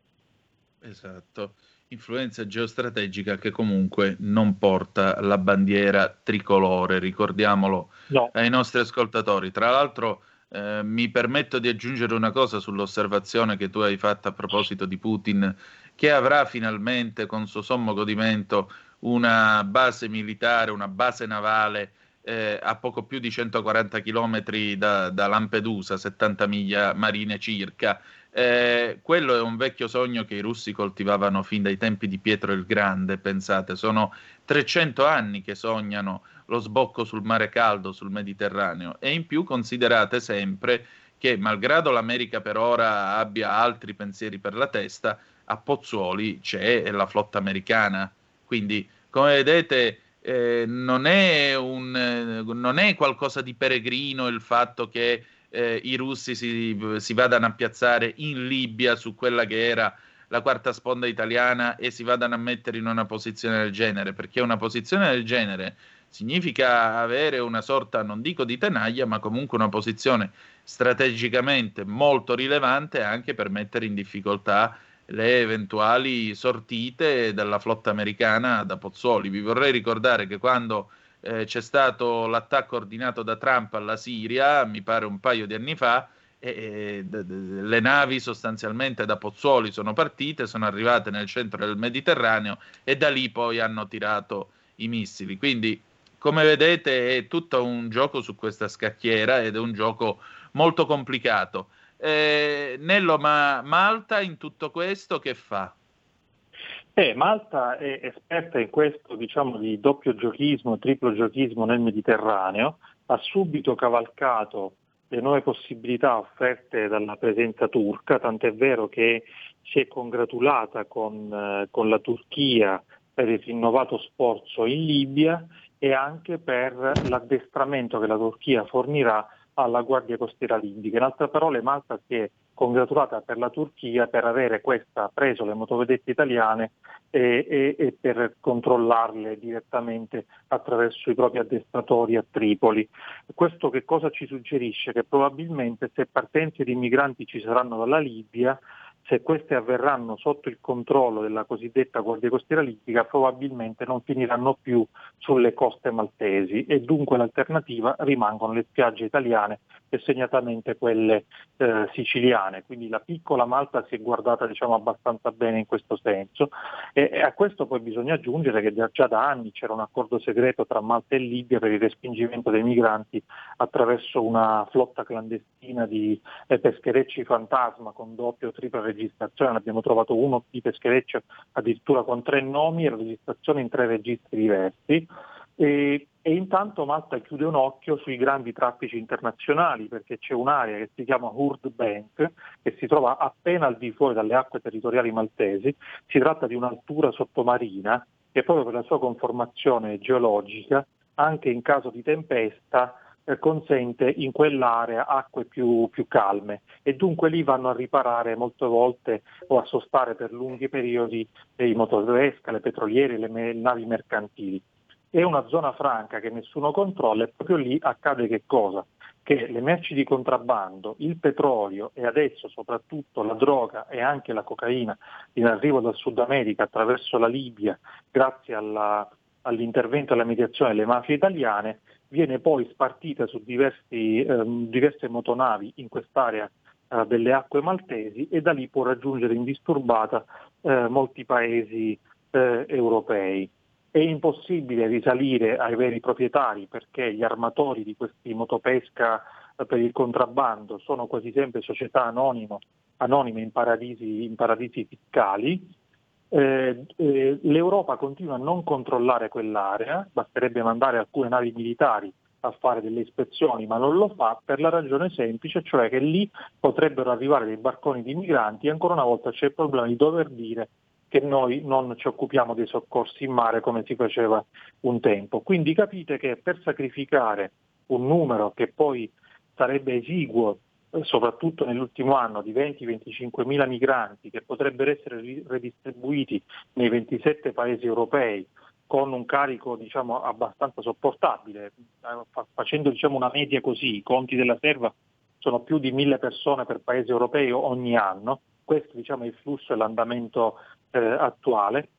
Esatto, influenza geostrategica che comunque non porta la bandiera tricolore, ricordiamolo no. ai nostri ascoltatori. Tra l'altro eh, mi permetto di aggiungere una cosa sull'osservazione che tu hai fatto a proposito di Putin, che avrà finalmente con suo sommo godimento una base militare, una base navale eh, a poco più di centoquaranta chilometri da, da Lampedusa, settanta miglia marine circa. Eh, quello è un vecchio sogno che i russi coltivavano fin dai tempi di Pietro il Grande, pensate, sono trecento anni che sognano lo sbocco sul mare caldo, sul Mediterraneo, e in più considerate sempre che, malgrado l'America per ora abbia altri pensieri per la testa, a Pozzuoli c'è la flotta americana, quindi come vedete eh, non è un, eh, non è qualcosa di peregrino il fatto che eh, i russi si, si vadano a piazzare in Libia su quella che era la quarta sponda italiana e si vadano a mettere in una posizione del genere, perché una posizione del genere significa avere una sorta, non dico di tenaglia, ma comunque una posizione strategicamente molto rilevante anche per mettere in difficoltà le eventuali sortite della flotta americana da Pozzuoli. Vi vorrei ricordare che quando eh, c'è stato l'attacco ordinato da Trump alla Siria, mi pare un paio di anni fa, e, e, d- d- le navi sostanzialmente da Pozzuoli sono partite, sono arrivate nel centro del Mediterraneo e da lì poi hanno tirato i missili. Quindi, come vedete, è tutto un gioco su questa scacchiera ed è un gioco molto complicato. Eh, Nello, ma Malta in tutto questo che fa? Eh, Malta è esperta in questo, diciamo, di doppio giochismo, triplo giochismo nel Mediterraneo, ha subito cavalcato le nuove possibilità offerte dalla presenza turca, tant'è vero che si è congratulata con, eh, con la Turchia per il rinnovato sforzo in Libia e anche per l'addestramento che la Turchia fornirà alla Guardia Costiera libica. In altre parole, Malta si è congratulata per la Turchia per avere questa preso le motovedette italiane e, e, e per controllarle direttamente attraverso i propri addestratori a Tripoli. Questo che cosa ci suggerisce? Che probabilmente se partenze di migranti ci saranno dalla Libia, se queste avverranno sotto il controllo della cosiddetta Guardia Costiera libica, probabilmente non finiranno più sulle coste maltesi e dunque l'alternativa rimangono le spiagge italiane e segnatamente quelle eh, siciliane. Quindi la piccola Malta si è guardata, diciamo, abbastanza bene in questo senso e, e a questo poi bisogna aggiungere che già, già da anni c'era un accordo segreto tra Malta e Libia per il respingimento dei migranti attraverso una flotta clandestina di eh, pescherecci fantasma con doppio o tripla registrazione. Ne abbiamo trovato uno di peschereccio addirittura con tre nomi e la registrazione in tre registri diversi. E, e intanto Malta chiude un occhio sui grandi traffici internazionali, perché c'è un'area che si chiama Hurd Bank che si trova appena al di fuori dalle acque territoriali maltesi. Si tratta di un'altura sottomarina che proprio per la sua conformazione geologica, anche in caso di tempesta, eh, consente in quell'area acque più, più calme e dunque lì vanno a riparare molte volte o a sostare per lunghi periodi i motoresca, le petroliere, le me- navi mercantili. È una zona franca che nessuno controlla e proprio lì accade che cosa? Che le merci di contrabbando, il petrolio e adesso soprattutto la droga e anche la cocaina in arrivo dal Sud America attraverso la Libia, grazie alla, all'intervento e alla mediazione delle mafie italiane, viene poi spartita su diversi, ehm, diverse motonavi in quest'area eh, delle acque maltesi e da lì può raggiungere indisturbata eh, molti paesi eh, europei. È impossibile risalire ai veri proprietari perché gli armatori di questi motopesca per il contrabbando sono quasi sempre società anonimo, anonime in paradisi, in paradisi fiscali. Eh, eh, L'Europa continua a non controllare quell'area, basterebbe mandare alcune navi militari a fare delle ispezioni, ma non lo fa per la ragione semplice, cioè che lì potrebbero arrivare dei barconi di migranti e ancora una volta c'è il problema di dover dire che noi non ci occupiamo dei soccorsi in mare come si faceva un tempo. Quindi capite che per sacrificare un numero che poi sarebbe esiguo, eh, soprattutto nell'ultimo anno, di venti venticinque mila migranti che potrebbero essere redistribuiti nei ventisette paesi europei con un carico diciamo abbastanza sopportabile, facendo diciamo una media così, i conti della serva sono più di mille persone per paese europeo ogni anno, questo diciamo è il flusso e l'andamento eh, attuale,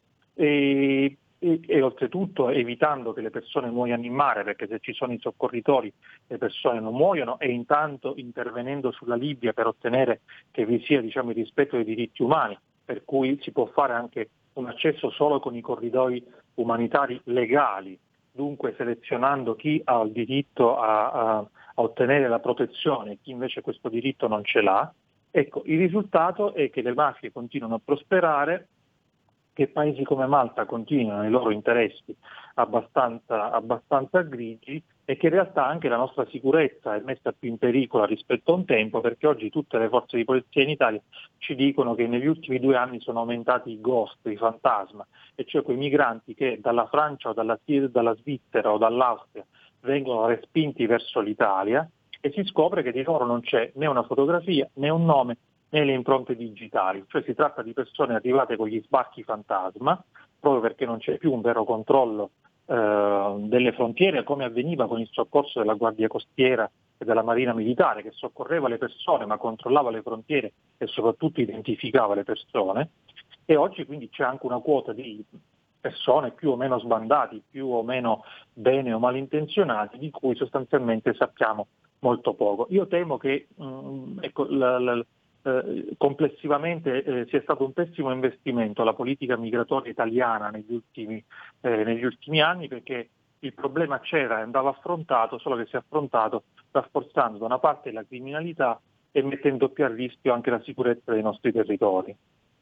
e, e, e oltretutto evitando che le persone muoiano in mare, perché se ci sono i soccorritori le persone non muoiono, e intanto intervenendo sulla Libia per ottenere che vi sia diciamo il rispetto dei diritti umani, per cui si può fare anche un accesso solo con i corridoi umanitari legali, dunque selezionando chi ha il diritto a, a, a ottenere la protezione e chi invece questo diritto non ce l'ha. Ecco, il risultato è che le mafie continuano a prosperare, che paesi come Malta continuano i loro interessi abbastanza, abbastanza grigi, e che in realtà anche la nostra sicurezza è messa più in pericolo rispetto a un tempo, perché oggi tutte le forze di polizia in Italia ci dicono che negli ultimi due anni sono aumentati i ghost, i fantasma, e cioè quei migranti che dalla Francia o dalla, dalla Svizzera o dall'Austria vengono respinti verso l'Italia, e si scopre che di loro non c'è né una fotografia, né un nome, né le impronte digitali, cioè si tratta di persone arrivate con gli sbarchi fantasma, proprio perché non c'è più un vero controllo eh, delle frontiere, come avveniva con il soccorso della Guardia Costiera e della Marina Militare, che soccorreva le persone ma controllava le frontiere e soprattutto identificava le persone. E oggi quindi c'è anche una quota di persone più o meno sbandati, più o meno bene o malintenzionati, di cui sostanzialmente sappiamo molto poco. Io temo che mh, ecco, la, la, eh, complessivamente eh, sia stato un pessimo investimento la politica migratoria italiana negli ultimi, eh, negli ultimi anni, perché il problema c'era e andava affrontato, solo che si è affrontato rafforzando da una parte la criminalità e mettendo più a rischio anche la sicurezza dei nostri territori.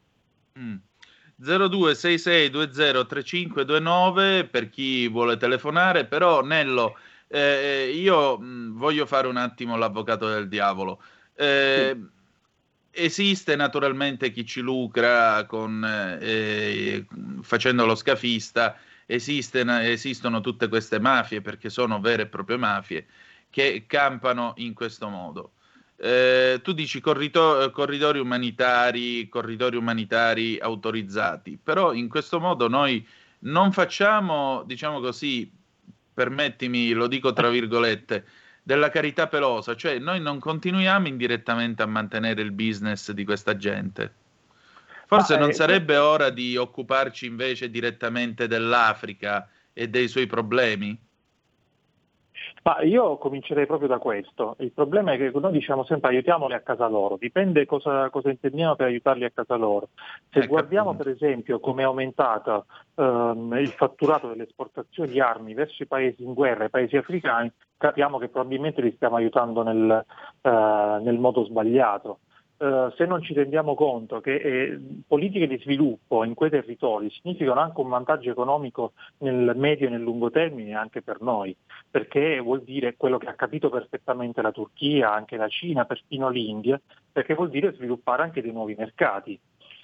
Mm. zero due sei sei due zero tre cinque due nove per chi vuole telefonare, però Nello, eh, io mh, voglio fare un attimo l'avvocato del diavolo. Eh, sì. Esiste naturalmente chi ci lucra con, eh, facendo lo scafista, esiste, esistono tutte queste mafie, perché sono vere e proprie mafie, che campano in questo modo. Eh, tu dici corrido- corridori umanitari, corridori umanitari autorizzati, però in questo modo noi non facciamo, diciamo così, permettimi, lo dico tra virgolette, della carità pelosa, cioè noi non continuiamo indirettamente a mantenere il business di questa gente. Forse Ma, non eh, sarebbe eh, ora di occuparci invece direttamente dell'Africa e dei suoi problemi? Ma io comincerei proprio da questo. Il problema è che noi diciamo sempre aiutiamoli a casa loro, dipende cosa, cosa intendiamo per aiutarli a casa loro. Se ecco, guardiamo appunto. Per esempio come è aumentato ehm, il fatturato delle esportazioni di armi verso i paesi in guerra, i paesi africani, capiamo che probabilmente li stiamo aiutando nel, eh, nel modo sbagliato. Uh, se non ci rendiamo conto che eh, politiche di sviluppo in quei territori significano anche un vantaggio economico nel medio e nel lungo termine anche per noi, perché vuol dire quello che ha capito perfettamente la Turchia, anche la Cina, perfino l'India, perché vuol dire sviluppare anche dei nuovi mercati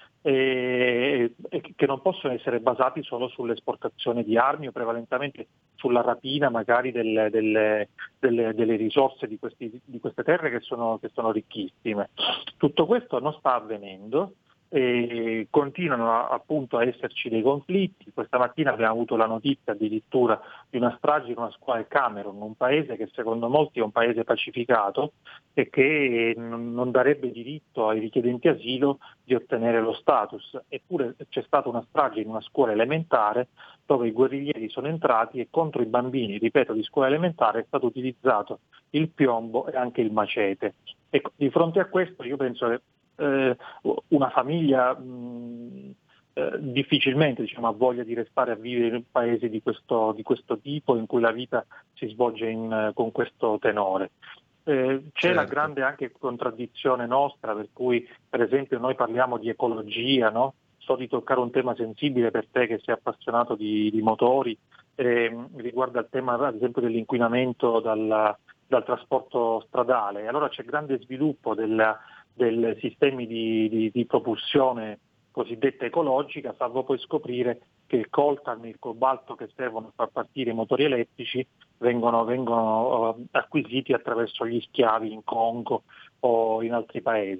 e, e che non possono essere basati solo sull'esportazione di armi o prevalentemente sulla rapina magari delle, delle, delle, delle risorse di, questi, di queste terre che sono, che sono ricchissime. Tutto questo non sta avvenendo e continuano a, appunto a esserci dei conflitti. Questa mattina abbiamo avuto la notizia addirittura di una strage in una scuola del Camerun, un paese che secondo molti è un paese pacificato e che non darebbe diritto ai richiedenti asilo di ottenere lo status. Eppure c'è stata una strage in una scuola elementare dove i guerriglieri sono entrati e contro i bambini, ripeto, di scuola elementare è stato utilizzato il piombo e anche il macete. Ecco, di fronte a questo io penso che eh, una famiglia mh, eh, difficilmente diciamo, ha voglia di restare a vivere in paesi di questo, di questo tipo in cui la vita si svolge in, con questo tenore. Eh, c'è certo. La grande anche contraddizione nostra, per cui per esempio noi parliamo di ecologia, no? So di toccare un tema sensibile per te che sei appassionato di, di motori, eh, riguarda il tema ad esempio dell'inquinamento dal, dal trasporto stradale. Allora c'è grande sviluppo del, del sistemi di, di, di propulsione cosiddetta ecologica, salvo poi scoprire che il coltan e il cobalto che servono a far partire i motori elettrici vengono, vengono uh, acquisiti attraverso gli schiavi in Congo o in altri paesi.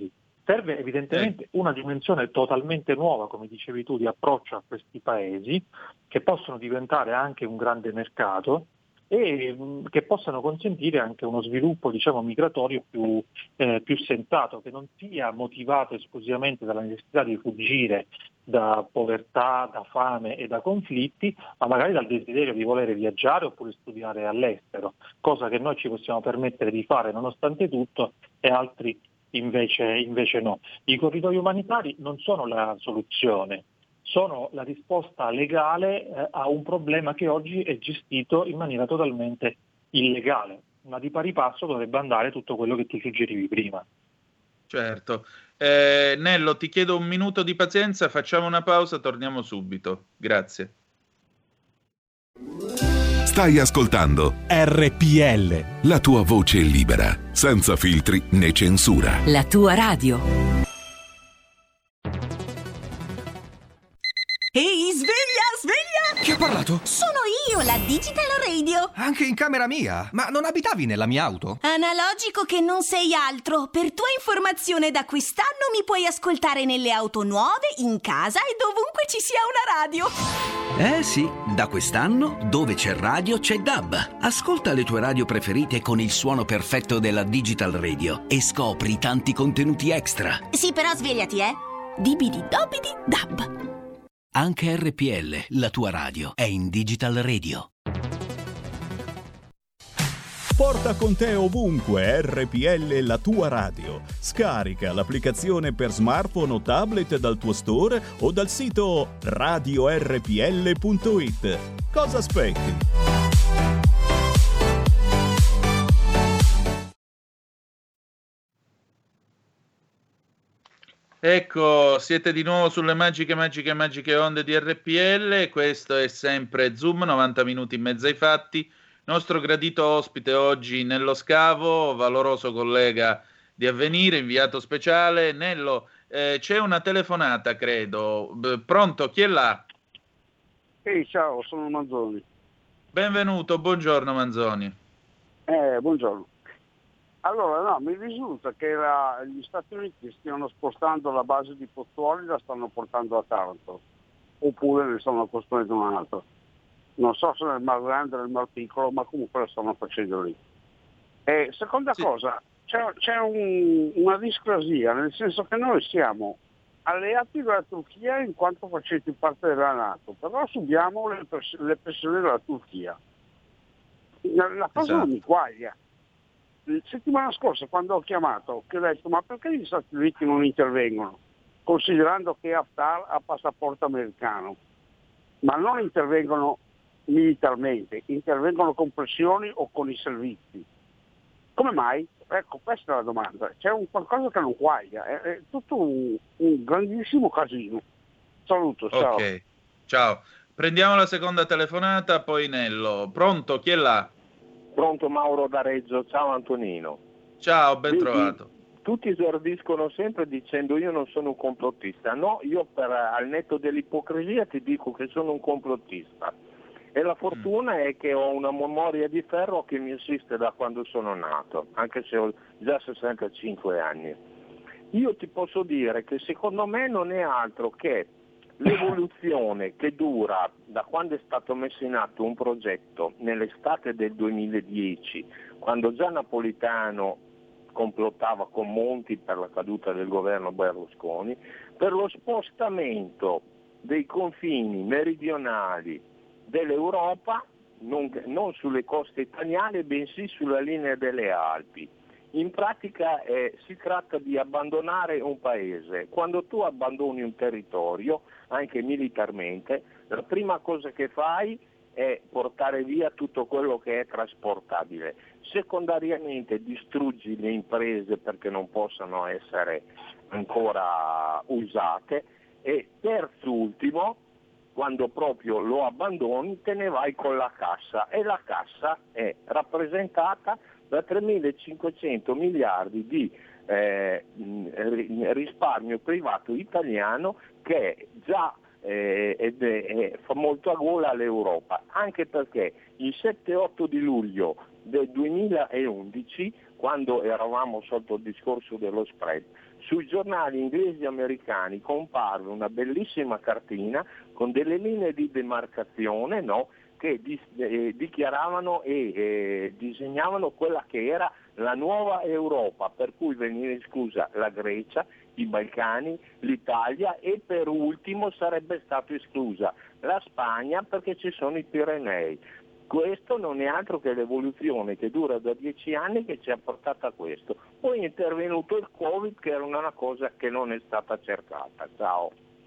Serve evidentemente una dimensione totalmente nuova, come dicevi tu, di approccio a questi paesi, che possono diventare anche un grande mercato e mh, che possano consentire anche uno sviluppo, diciamo, migratorio più, eh, più sensato, che non sia motivato esclusivamente dalla necessità di fuggire da povertà, da fame e da conflitti, ma magari dal desiderio di volere viaggiare oppure studiare all'estero, cosa che noi ci possiamo permettere di fare nonostante tutto e altri invece, invece no. I corridoi umanitari non sono la soluzione, sono la risposta legale eh, a un problema che oggi è gestito in maniera totalmente illegale, ma di pari passo dovrebbe andare tutto quello che tu suggerivi prima. Certo. Eh, Nello, ti chiedo un minuto di pazienza, facciamo una pausa, torniamo subito. Grazie. Stai ascoltando R P L, la tua voce libera, senza filtri né censura. La tua radio. Ehi, sveglia, sveglia! Chi ha parlato? Sono io, la Digital Radio. Anche in camera mia? Ma non abitavi nella mia auto? Analogico che non sei altro. Per tua informazione, da quest'anno mi puoi ascoltare nelle auto nuove, in casa e dovunque ci sia una radio. Eh sì, da quest'anno dove c'è radio c'è D A B. Ascolta le tue radio preferite con il suono perfetto della Digital Radio e scopri tanti contenuti extra. Sì, però svegliati, eh. Dibidi dobidi D A B. Anche R P L, la tua radio, è in Digital Radio. Porta con te ovunque R P L, la tua radio. Scarica l'applicazione per smartphone o tablet dal tuo store o dal sito radio R P L punto it. Cosa aspetti? Ecco, siete di nuovo sulle magiche, magiche, magiche onde di R P L. Questo è sempre Zoom, novanta minuti in mezzo ai fatti. Nostro gradito ospite oggi Nello Scavo, valoroso collega di Avvenire, inviato speciale. Nello, eh, c'è una telefonata, credo. B- pronto, chi è là? Ehi, ciao, sono Manzoni. Benvenuto, buongiorno Manzoni. Eh, buongiorno. Allora, no, mi risulta che la, gli Stati Uniti stiano spostando la base di Pozzuoli, la stanno portando a Taranto, oppure ne stanno costruendo un'altra. Non so se nel Mar Grande o nel Mar Piccolo, ma comunque la stanno facendo lì. E seconda sì. cosa, c'è, c'è un, una discrasia, nel senso che noi siamo alleati della Turchia in quanto facenti parte della NATO, però subiamo le, press- le pressioni della Turchia. La, la cosa esatto. non mi quaglia. La settimana scorsa, quando ho chiamato, che ho detto ma perché gli Stati Uniti non intervengono, considerando che Haftar ha passaporto americano, ma non intervengono militarmente, intervengono con pressioni o con i servizi. Come mai? Ecco, questa è la domanda. C'è un qualcosa che non quaglia, è, è tutto un, un grandissimo casino. Saluto, ciao. Ok, ciao. Prendiamo la seconda telefonata, poi Nello. Pronto, chi è là? Pronto, Mauro da Reggio, ciao Antonino. Ciao, ben Tutti, trovato. Tutti esordiscono sempre dicendo io non sono un complottista. No, io per, al netto dell'ipocrisia ti dico che sono un complottista. E la fortuna mm. è che ho una memoria di ferro che mi assiste da quando sono nato, anche se ho già sessantacinque anni. Io ti posso dire che secondo me non è altro che l'evoluzione che dura da quando è stato messo in atto un progetto nell'estate del duemiladieci, quando già Napolitano complottava con Monti per la caduta del governo Berlusconi, per lo spostamento dei confini meridionali dell'Europa, non, non sulle coste italiane, bensì sulla linea delle Alpi. In pratica eh, si tratta di abbandonare un paese. Quando tu abbandoni un territorio, anche militarmente, la prima cosa che fai è portare via tutto quello che è trasportabile. Secondariamente distruggi le imprese perché non possano essere ancora usate e terzultimo, quando proprio lo abbandoni, te ne vai con la cassa e la cassa è rappresentata da tremilacinquecento miliardi di eh, risparmio privato italiano che già eh, ed è, è, fa molto a gola all'Europa, anche perché il sette otto di luglio del duemilaundici, quando eravamo sotto il discorso dello spread. Sui giornali inglesi e americani comparve una bellissima cartina con delle linee di demarcazione, no? che dis- eh, dichiaravano e eh, disegnavano quella che era la nuova Europa, per cui veniva esclusa la Grecia, i Balcani, l'Italia e per ultimo sarebbe stata esclusa la Spagna perché ci sono i Pirenei. Questo non è altro che l'evoluzione che dura da dieci anni che ci ha portato a questo. Poi è intervenuto il Covid, che era una cosa che non è stata cercata. Ciao.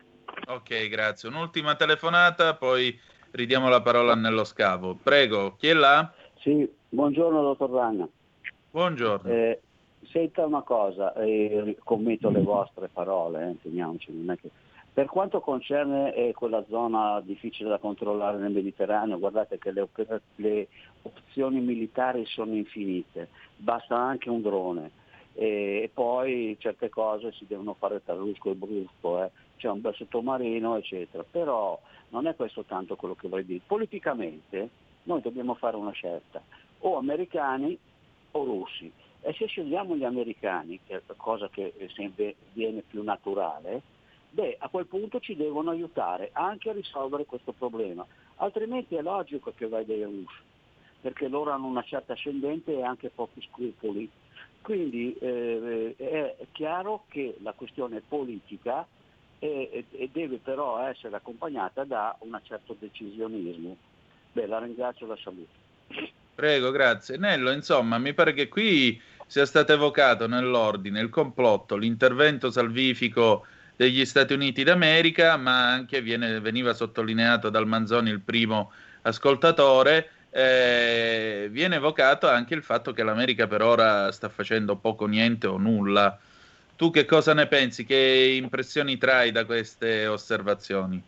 Ok, grazie. Un'ultima telefonata, poi ridiamo la parola a Nello Scavo. Prego, chi è là? Sì, buongiorno dottor Danna. Buongiorno. Eh, senta una cosa, eh, commento le vostre parole, eh, teniamoci, non è che... Per quanto concerne eh, quella zona difficile da controllare nel Mediterraneo, guardate che le, oper- le opzioni militari sono infinite, basta anche un drone e, e poi certe cose si devono fare tra rusco e brusco, eh. C'è un bel sottomarino eccetera, però non è questo tanto quello che vorrei dire. Politicamente noi dobbiamo fare una scelta, o americani o russi, e se scegliamo gli americani, che è la cosa che sempre viene più naturale, beh, a quel punto ci devono aiutare anche a risolvere questo problema, altrimenti è logico che vai dai russi, perché loro hanno una certa ascendente e anche pochi scrupoli. Quindi eh, è chiaro che la questione politica è, è, deve però essere accompagnata da un certo decisionismo. Beh, la ringrazio e la saluto. Prego, grazie. Nello, insomma, mi pare che qui sia stato evocato nell'ordine il complotto, l'intervento salvifico degli Stati Uniti d'America, ma anche viene, veniva sottolineato dal Manzoni, il primo ascoltatore, eh, viene evocato anche il fatto che l'America per ora sta facendo poco, niente o nulla. Tu che cosa ne pensi? Che impressioni trai da queste osservazioni?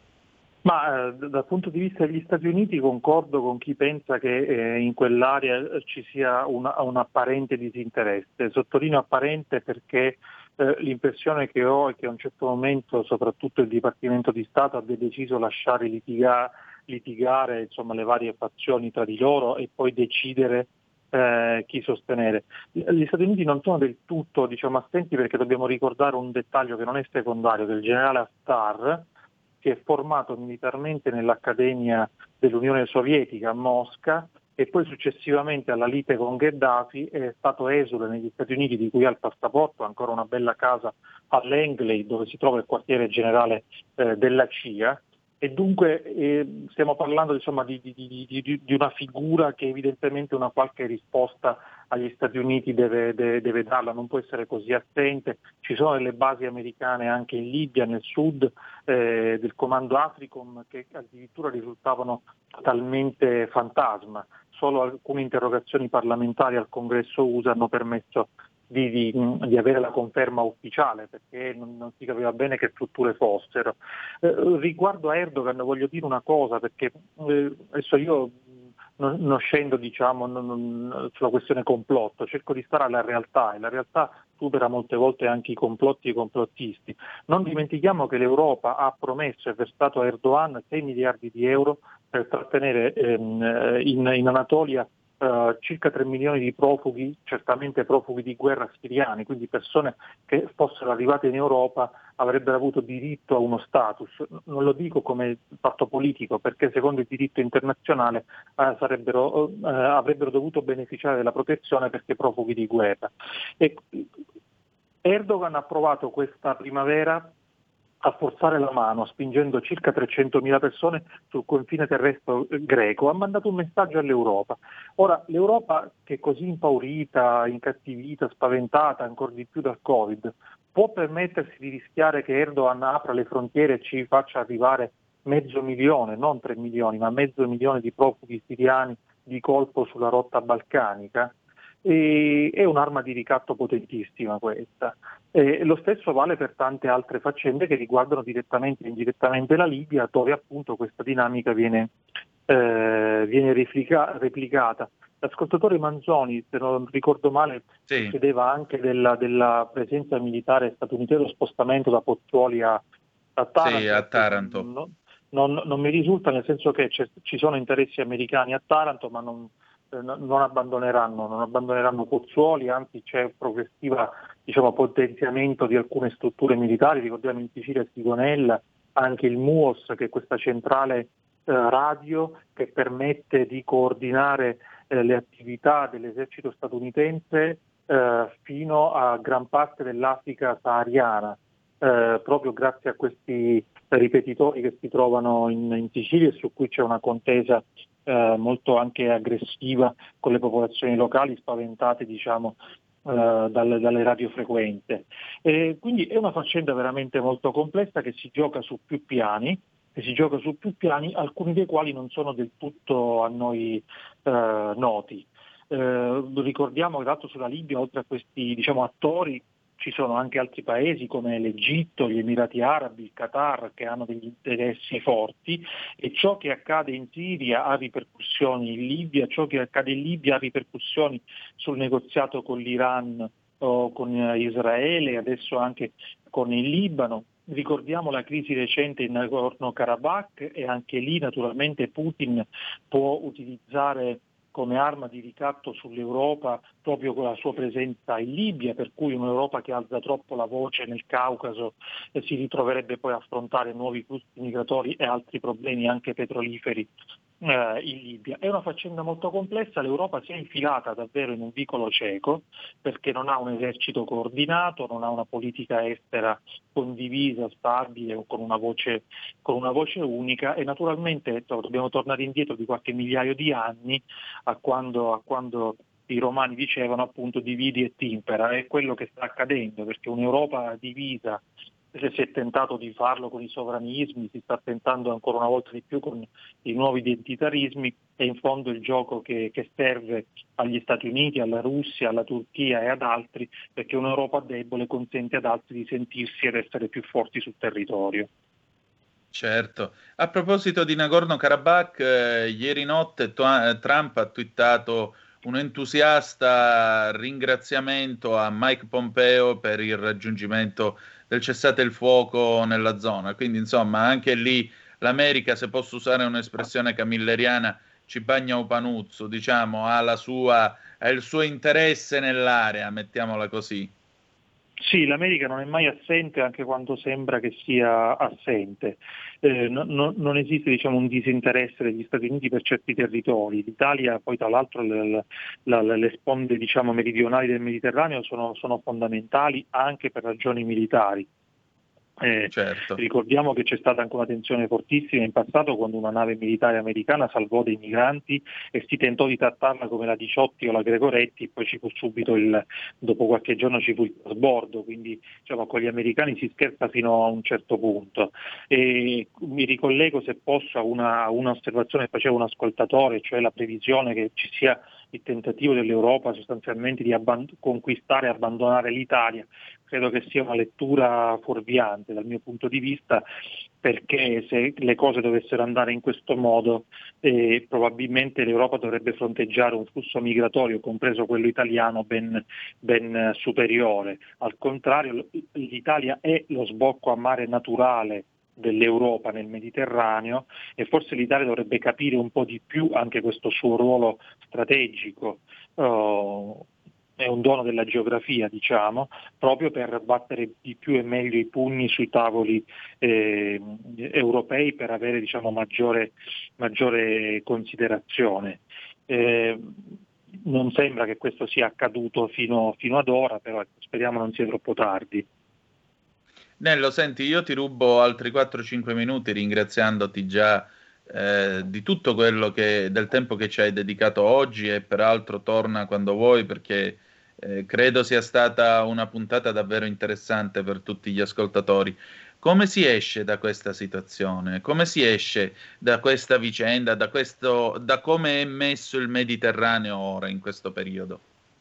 Ma eh, dal punto di vista degli Stati Uniti concordo con chi pensa che eh, in quell'area ci sia una, un apparente disinteresse. Sottolineo apparente perché eh, l'impressione che ho è che a un certo momento soprattutto il Dipartimento di Stato abbia deciso di lasciare litiga- litigare insomma, le varie fazioni tra di loro e poi decidere eh, chi sostenere. Gli Stati Uniti non sono del tutto diciamo, assenti, perché dobbiamo ricordare un dettaglio che non è secondario, che il generale Haftar, che è formato militarmente nell'Accademia dell'Unione Sovietica a Mosca e poi successivamente alla lite con Gheddafi è stato esule negli Stati Uniti, di cui ha il passaporto, ancora una bella casa a Langley dove si trova il quartiere generale eh, della C I A, e dunque eh, stiamo parlando insomma, di, di, di, di, di una figura che evidentemente una qualche risposta agli Stati Uniti deve, deve, deve darla, non può essere così assente. Ci sono delle basi americane anche in Libia, nel sud eh, del comando Africom, che addirittura risultavano totalmente fantasma. Solo alcune interrogazioni parlamentari al Congresso U S A hanno permesso Di, di, di avere la conferma ufficiale, perché non, non si capiva bene che strutture fossero. Eh, riguardo a Erdogan voglio dire una cosa, perché eh, adesso io non, non scendo diciamo, non, non, sulla questione complotto, cerco di stare alla realtà, e la realtà supera molte volte anche i complotti e i complottisti. Non dimentichiamo che l'Europa ha promesso e versato a Erdogan sei miliardi di euro per trattenere ehm, in, in Anatolia Uh, circa tre milioni di profughi, certamente profughi di guerra siriani, quindi persone che fossero arrivate in Europa avrebbero avuto diritto a uno status. Non lo dico come fatto politico, perché secondo il diritto internazionale uh, sarebbero, uh, avrebbero dovuto beneficiare della protezione perché profughi di guerra. E Erdogan ha provato questa primavera a forzare la mano, spingendo circa trecentomila persone sul confine terrestre greco, ha mandato un messaggio all'Europa. Ora, l'Europa, che è così impaurita, incattivita, spaventata ancora di più dal Covid, può permettersi di rischiare che Erdogan apra le frontiere e ci faccia arrivare mezzo milione, non tre milioni, ma mezzo milione di profughi siriani di colpo sulla rotta balcanica? E è un'arma di ricatto potentissima questa. E lo stesso vale per tante altre faccende che riguardano direttamente e indirettamente la Libia, dove appunto questa dinamica viene, eh, viene replica- replicata. L'ascoltatore Manzoni, se non ricordo male, sì. chiedeva anche della, della presenza militare statunitense, lo spostamento da Pozzuoli a, a Taranto. Sì, a Taranto. Non, non, non mi risulta, nel senso che ci sono interessi americani a Taranto, ma non eh, non abbandoneranno, non abbandoneranno Pozzuoli, anzi c'è un progressiva, diciamo, potenziamento di alcune strutture militari. Ricordiamo in Sicilia Sigonella anche il M U O S, che è questa centrale eh, radio che permette di coordinare eh, le attività dell'esercito statunitense eh, fino a gran parte dell'Africa sahariana, eh, proprio grazie a questi ripetitori che si trovano in, in Sicilia e su cui c'è una contesa eh, molto anche aggressiva con le popolazioni locali spaventate, diciamo, Uh, dalle, dalle radiofrequenze. E quindi è una faccenda veramente molto complessa che si gioca su più piani, che si gioca su più piani, alcuni dei quali non sono del tutto a noi uh, noti. Uh, ricordiamo che tra l'altro sulla Libia, oltre a questi, diciamo, attori, ci sono anche altri paesi come l'Egitto, gli Emirati Arabi, il Qatar, che hanno degli interessi forti, e ciò che accade in Siria ha ripercussioni in Libia, ciò che accade in Libia ha ripercussioni sul negoziato con l'Iran o con Israele, adesso anche con il Libano. Ricordiamo la crisi recente in Nagorno-Karabakh, e anche lì naturalmente Putin può utilizzare come arma di ricatto sull'Europa proprio con la sua presenza in Libia, per cui un'Europa che alza troppo la voce nel Caucaso eh, si ritroverebbe poi a affrontare nuovi flussi migratori e altri problemi anche petroliferi eh, in Libia. È una faccenda molto complessa, l'Europa si è infilata davvero in un vicolo cieco perché non ha un esercito coordinato, non ha una politica estera condivisa, stabile o con una voce, con una voce unica, e naturalmente dobbiamo tornare indietro di qualche migliaio di anni a quando, a quando i romani dicevano appunto dividi et impera. È quello che sta accadendo, perché un'Europa divisa, si è tentato di farlo con i sovranismi, si sta tentando ancora una volta di più con i nuovi identitarismi, e in fondo il gioco che, che serve agli Stati Uniti, alla Russia, alla Turchia e ad altri, perché un'Europa debole consente ad altri di sentirsi ed essere più forti sul territorio. Certo. A proposito di Nagorno-Karabakh, eh, ieri notte to- Trump ha twittato un entusiasta ringraziamento a Mike Pompeo per il raggiungimento del cessate il fuoco nella zona. Quindi, insomma, anche lì l'America, se posso usare un'espressione camilleriana, ci bagna un panuzzo, diciamo, ha, la sua, ha il suo interesse nell'area, mettiamola così. Sì, l'America non è mai assente, anche quando sembra che sia assente. Eh, no, no, non esiste, diciamo, un disinteresse degli Stati Uniti per certi territori. L'Italia, poi tra l'altro, le, le, le sponde, diciamo, meridionali del Mediterraneo sono, sono fondamentali anche per ragioni militari. Eh, certo. Ricordiamo che c'è stata anche una tensione fortissima in passato quando una nave militare americana salvò dei migranti e si tentò di trattarla come la Diciotti o la Gregoretti, e poi ci fu subito il, dopo qualche giorno ci fu il trasbordo, quindi, diciamo, con gli americani si scherza fino a un certo punto. E mi ricollego, se posso, a una, a un'osservazione che faceva un ascoltatore, cioè la previsione che ci sia il tentativo dell'Europa sostanzialmente di abband- conquistare e abbandonare l'Italia. Credo che sia una lettura fuorviante dal mio punto di vista, perché se le cose dovessero andare in questo modo eh, probabilmente l'Europa dovrebbe fronteggiare un flusso migratorio, compreso quello italiano, ben, ben superiore. Al contrario, l'Italia è lo sbocco a mare naturale dell'Europa nel Mediterraneo, e forse l'Italia dovrebbe capire un po' di più anche questo suo ruolo strategico. Uh, è un dono della geografia, diciamo, proprio per battere di più e meglio i pugni sui tavoli eh, europei, per avere, diciamo, maggiore, maggiore considerazione. Eh, non sembra che questo sia accaduto fino, fino ad ora, però speriamo non sia troppo tardi. Nello, senti, io ti rubo altri quattro cinque minuti ringraziandoti già eh, di tutto quello che, del tempo che ci hai dedicato oggi, e peraltro torna quando vuoi, perché eh, credo sia stata una puntata davvero interessante per tutti gli ascoltatori. Come si esce da questa situazione? Come si esce da questa vicenda, da, questo, da come è messo il Mediterraneo ora in questo periodo?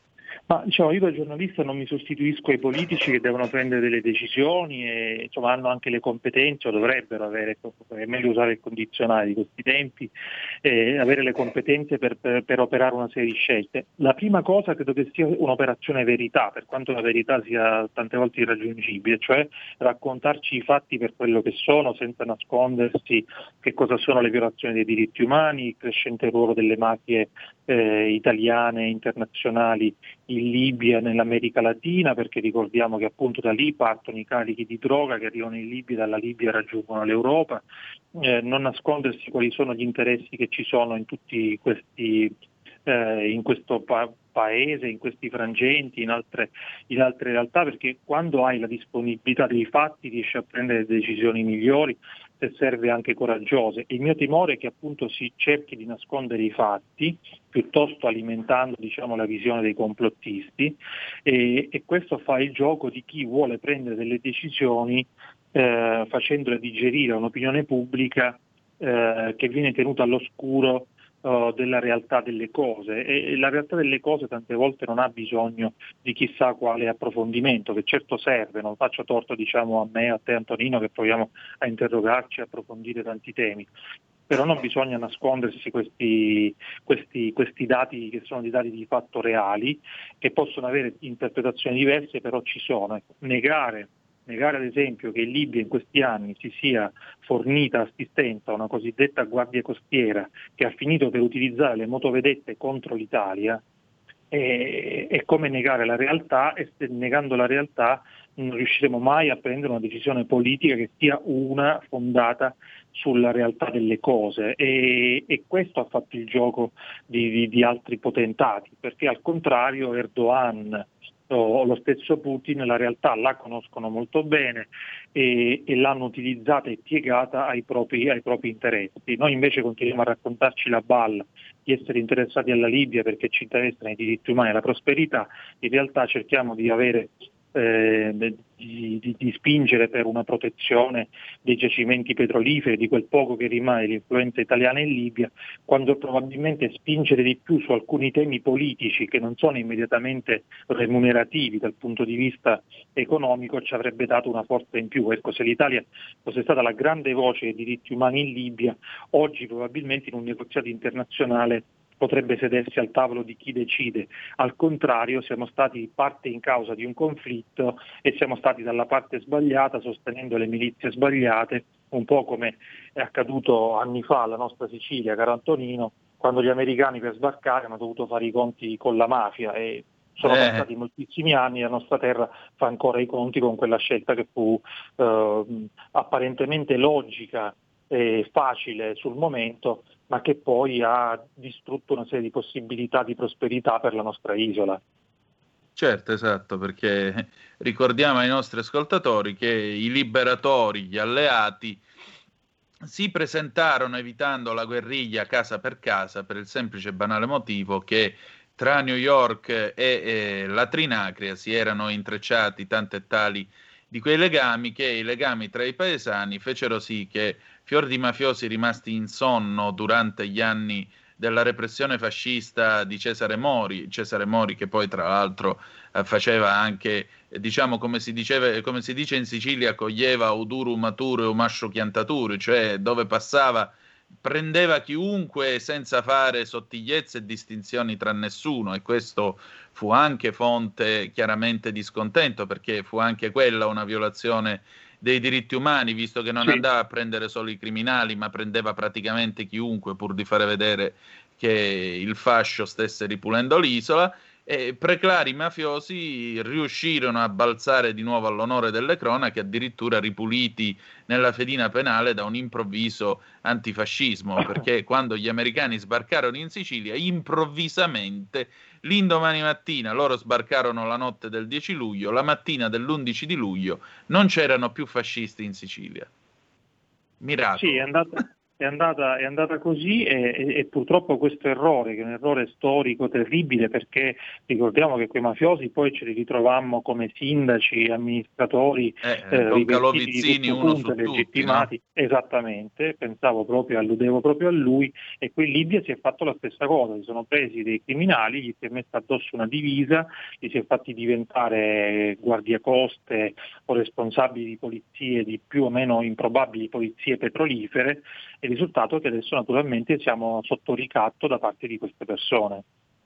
Ma diciamo, io da giornalista non mi sostituisco ai politici che devono prendere delle decisioni e insomma hanno anche le competenze, o dovrebbero avere, è meglio usare il condizionale di questi tempi, eh, avere le competenze per, per, per operare una serie di scelte. La prima cosa credo che sia un'operazione verità, per quanto la verità sia tante volte irraggiungibile, cioè raccontarci i fatti per quello che sono, senza nascondersi che cosa sono le violazioni dei diritti umani, il crescente ruolo delle mafie eh, italiane e internazionali in Libia e nell'America Latina, perché ricordiamo che appunto da lì partono i carichi di droga che arrivano in Libia e dalla Libia raggiungono l'Europa, eh, non nascondersi quali sono gli interessi che ci sono in tutti questi eh, in questo pa- paese, in questi frangenti, in altre, in altre realtà, perché quando hai la disponibilità dei fatti riesci a prendere decisioni migliori, se serve anche coraggiose. Il mio timore è che appunto si cerchi di nascondere i fatti, piuttosto alimentando diciamo, la visione dei complottisti, e, e questo fa il gioco di chi vuole prendere delle decisioni eh, facendole digerire a un'opinione pubblica eh, che viene tenuta all'oscuro uh, della realtà delle cose, e, e la realtà delle cose tante volte non ha bisogno di chissà quale approfondimento, che certo serve, non faccio torto diciamo a me, a te Antonino, che proviamo a interrogarci e approfondire tanti temi, però non bisogna nascondersi questi, questi, questi dati che sono dei dati di fatto reali, che possono avere interpretazioni diverse, però ci sono. Negare, negare ad esempio che in Libia in questi anni si sia fornita assistenza a una cosiddetta guardia costiera che ha finito per utilizzare le motovedette contro l'Italia, è, è come negare la realtà, e negando la realtà non riusciremo mai a prendere una decisione politica che sia una fondata sulla realtà delle cose, e, e questo ha fatto il gioco di, di, di altri potentati, perché al contrario Erdogan o lo stesso Putin la realtà la conoscono molto bene e, e l'hanno utilizzata e piegata ai propri, ai propri interessi. Noi invece continuiamo a raccontarci la balla di essere interessati alla Libia perché ci interessano i diritti umani e la prosperità, in realtà cerchiamo di avere Eh, di, di, di spingere per una protezione dei giacimenti petroliferi, di quel poco che rimane dell'influenza italiana in Libia, quando probabilmente spingere di più su alcuni temi politici che non sono immediatamente remunerativi dal punto di vista economico ci avrebbe dato una forza in più. Ecco, se l'Italia fosse stata la grande voce dei diritti umani in Libia, oggi probabilmente in un negoziato internazionale potrebbe sedersi al tavolo di chi decide. Al contrario, siamo stati parte in causa di un conflitto e siamo stati dalla parte sbagliata, sostenendo le milizie sbagliate, un po' come è accaduto anni fa alla nostra Sicilia, caro Antonino, quando gli americani per sbarcare hanno dovuto fare i conti con la mafia, e sono eh. passati moltissimi anni e la nostra terra fa ancora i conti con quella scelta che fu eh, apparentemente logica e facile sul momento, ma che poi ha distrutto una serie di possibilità di prosperità per la nostra isola. Certo, esatto, perché ricordiamo ai nostri ascoltatori che i liberatori, gli alleati, si presentarono evitando la guerriglia casa per casa per il semplice e banale motivo che tra New York e, e la Trinacria si erano intrecciati tanti e tali di quei legami, che i legami tra i paesani fecero sì che fior di mafiosi rimasti in sonno durante gli anni della repressione fascista di Cesare Mori, Cesare Mori che poi tra l'altro eh, faceva anche, eh, diciamo come si diceva, come si dice in Sicilia, coglieva uduru maturo e umascio chiantaturi, cioè dove passava prendeva chiunque senza fare sottigliezze e distinzioni tra nessuno, e questo fu anche fonte chiaramente di scontento, perché fu anche quella una violazione dei diritti umani, visto che non sì. andava a prendere solo i criminali, ma prendeva praticamente chiunque pur di fare vedere che il fascio stesse ripulendo l'isola, e preclari mafiosi riuscirono a balzare di nuovo all'onore delle cronache, addirittura ripuliti nella fedina penale da un improvviso antifascismo, perché quando gli americani sbarcarono in Sicilia, improvvisamente, l'indomani mattina, loro sbarcarono la notte del dieci luglio, la mattina dell'undici di luglio non c'erano più fascisti in Sicilia. Miracolo. Sì, è andata, è andata, è andata così e, e, e purtroppo questo errore, che è un errore storico terribile, perché ricordiamo che quei mafiosi poi ce li ritrovammo come sindaci, amministratori, eh, eh, Don rivestiti Calovizzini, di uno tutto punto, su tutti, legittimati, no? Esattamente, pensavo proprio, alludevo proprio a lui, e qui in Libia si è fatto la stessa cosa, si sono presi dei criminali, gli si è messa addosso una divisa, gli si è fatti diventare guardiacoste o responsabili di polizie, di più o meno improbabili polizie petrolifere. Il risultato è che adesso naturalmente siamo sotto ricatto da parte di queste persone.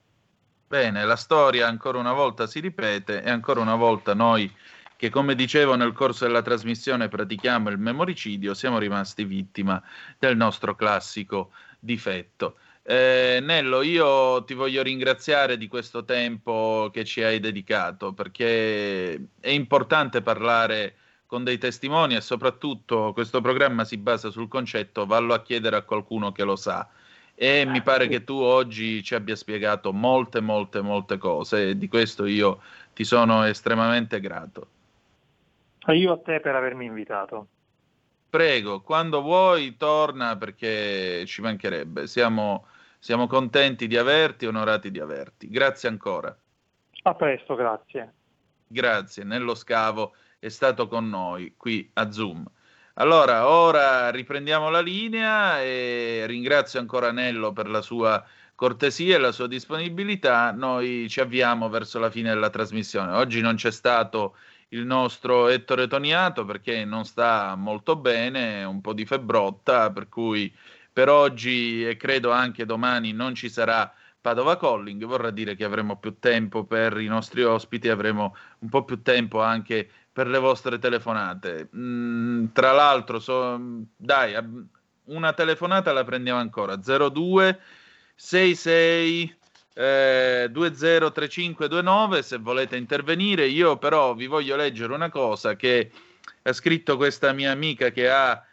Bene, la storia ancora una volta si ripete e ancora una volta noi, che come dicevo nel corso della trasmissione pratichiamo il memoricidio, siamo rimasti vittima del nostro classico difetto. Eh, Nello, io ti voglio ringraziare di questo tempo che ci hai dedicato, perché è importante parlare con dei testimoni e soprattutto questo programma si basa sul concetto vallo a chiedere a qualcuno che lo sa, e mi pare che tu oggi ci abbia spiegato molte molte molte cose e di questo io ti sono estremamente grato. Io a te per avermi invitato. Prego, quando vuoi torna, perché ci mancherebbe, siamo, siamo contenti di averti, onorati di averti. Grazie ancora. A presto, grazie. Grazie, Nello Scavo è stato con noi qui a Zoom. Allora, ora riprendiamo la linea e ringrazio ancora Nello per la sua cortesia e la sua disponibilità. Noi ci avviamo verso la fine della trasmissione. Oggi non c'è stato il nostro Ettore Toniato perché non sta molto bene, un po' di febbrotta, per cui per oggi e credo anche domani non ci sarà Padova Calling. Vorrà dire che avremo più tempo per i nostri ospiti, avremo un po' più tempo anche per le vostre telefonate. Mm, tra l'altro, so, dai, una telefonata la prendiamo ancora. zero due sei sei eh, due zero tre cinque due nove se volete intervenire. Io però vi voglio leggere una cosa che ha scritto questa mia amica che ha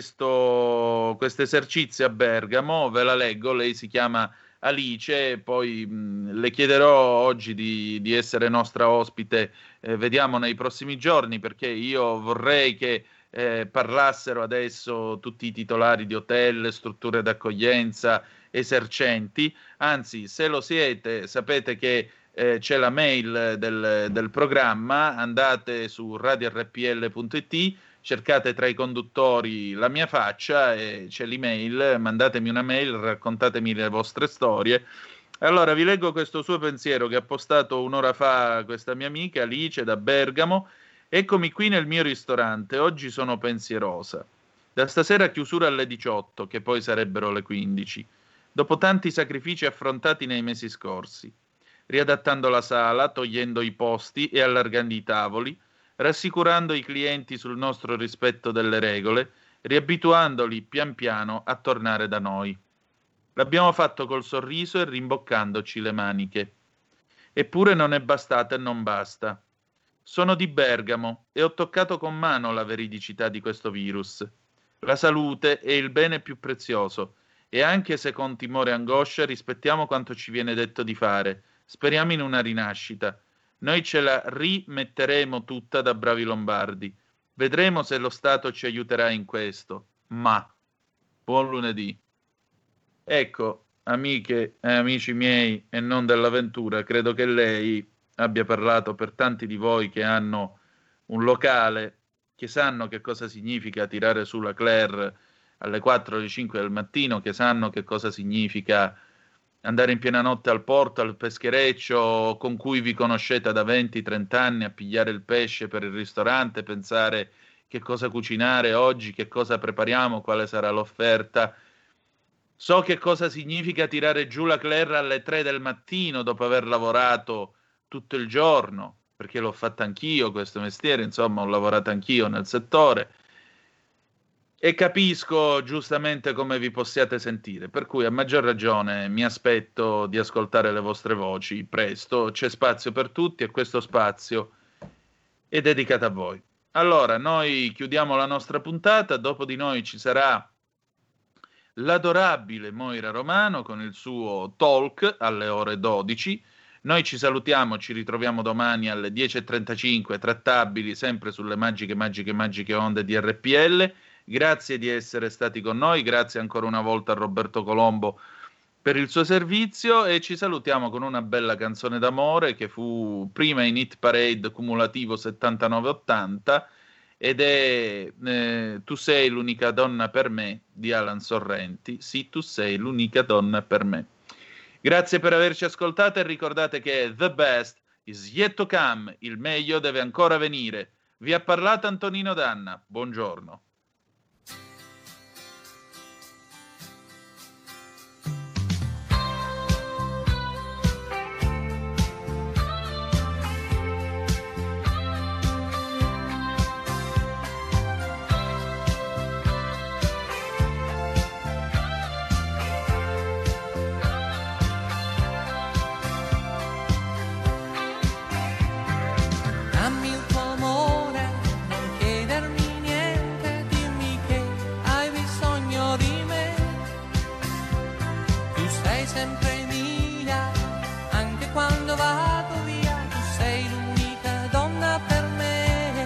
questo esercizio a Bergamo. Ve la leggo, lei si chiama Alice, poi mh, le chiederò oggi di, di essere nostra ospite, eh, vediamo nei prossimi giorni, perché io vorrei che eh, parlassero adesso tutti i titolari di hotel, strutture d'accoglienza, esercenti. Anzi, se lo siete, sapete che eh, c'è la mail del, del programma, andate su radio erre pi elle punto it, cercate tra i conduttori la mia faccia e c'è l'email, mandatemi una mail, raccontatemi le vostre storie. Allora vi leggo questo suo pensiero che ha postato un'ora fa questa mia amica Alice da Bergamo. Eccomi qui nel mio ristorante, oggi sono pensierosa. Da stasera chiusura alle diciotto, che poi sarebbero le quindici. Dopo tanti sacrifici affrontati nei mesi scorsi, riadattando la sala, togliendo i posti e allargando i tavoli, rassicurando i clienti sul nostro rispetto delle regole, riabituandoli pian piano a tornare da noi. L'abbiamo fatto col sorriso e rimboccandoci le maniche. Eppure non è bastata e non basta. Sono di Bergamo e ho toccato con mano la veridicità di questo virus. La salute è il bene più prezioso e anche se con timore e angoscia rispettiamo quanto ci viene detto di fare. Speriamo in una rinascita. Noi ce la rimetteremo tutta da bravi lombardi. Vedremo se lo Stato ci aiuterà in questo. Ma buon lunedì. Ecco, amiche e amici miei e non dell'avventura, credo che lei abbia parlato per tanti di voi che hanno un locale, che sanno che cosa significa tirare su la Claire alle quattro o alle cinque del mattino, che sanno che cosa significa andare in piena notte al porto, al peschereccio, con cui vi conoscete da venti trenta anni, a pigliare il pesce per il ristorante, pensare che cosa cucinare oggi, che cosa prepariamo, quale sarà l'offerta. So che cosa significa tirare giù la Claire alle tre del mattino dopo aver lavorato tutto il giorno, perché l'ho fatto anch'io questo mestiere, insomma ho lavorato anch'io nel settore. E capisco giustamente come vi possiate sentire, per cui a maggior ragione mi aspetto di ascoltare le vostre voci presto. C'è spazio per tutti e questo spazio è dedicato a voi. Allora, noi chiudiamo la nostra puntata, dopo di noi ci sarà l'adorabile Moira Romano con il suo talk alle ore dodici. Noi ci salutiamo, ci ritroviamo domani alle dieci e trentacinque, trattabili sempre sulle magiche, magiche, magiche onde di erre pi elle. Grazie di essere stati con noi, grazie ancora una volta a Roberto Colombo per il suo servizio e ci salutiamo con una bella canzone d'amore che fu prima in Hit Parade cumulativo settantanove ottanta ed è eh, Tu sei l'unica donna per me di Alan Sorrenti. Sì, tu sei l'unica donna per me. Grazie per averci ascoltato e ricordate che the best is yet to come, il meglio deve ancora venire. Vi ha parlato Antonino Danna, buongiorno. Sempre mia, anche quando vado via, tu sei l'unica donna per me.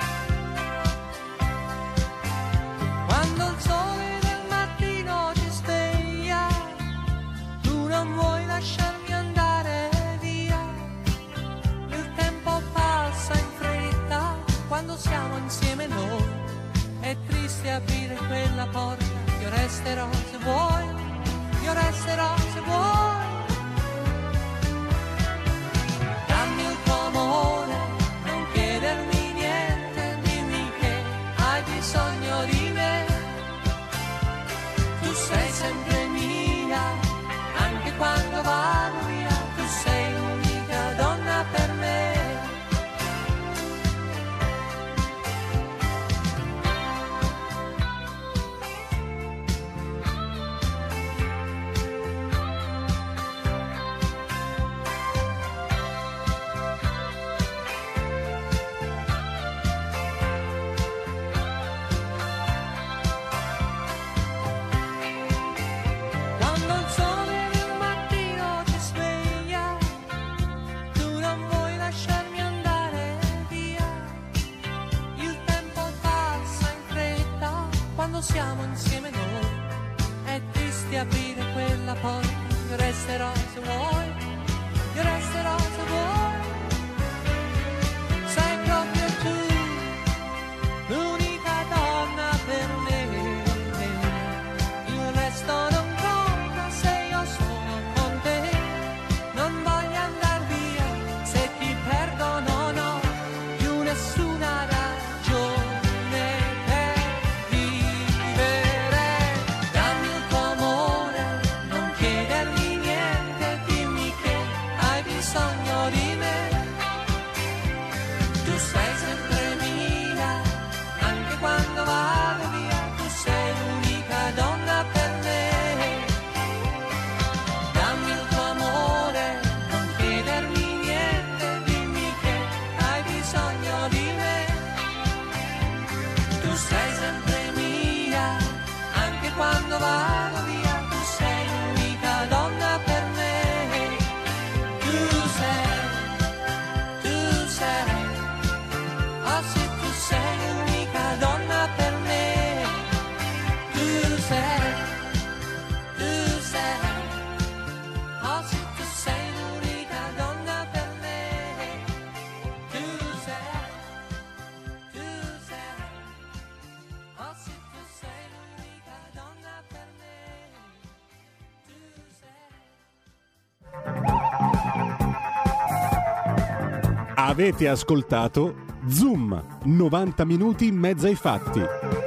Quando il sole del mattino ci sveglia, tu non vuoi lasciarmi andare via. Il tempo passa in fretta quando siamo insieme noi. È triste aprire quella porta, io resterò se vuoi. Io resterò se vuoi. Dammi il tuo amore, non chiedermi niente, dimmi che hai bisogno di me. Tu sei sempre mia, anche quando vado via, tu sei l'unica donna per me. Siamo insieme noi, è triste aprire quella porta, io resterò se vuoi, io resterò se vuoi. Sei proprio tu, l'unica donna per me, il resto non conta se io sono con te, non voglio andar via, se ti perdo non ho più nessuna ragione. Avete ascoltato Zoom, novanta minuti in mezzo ai fatti.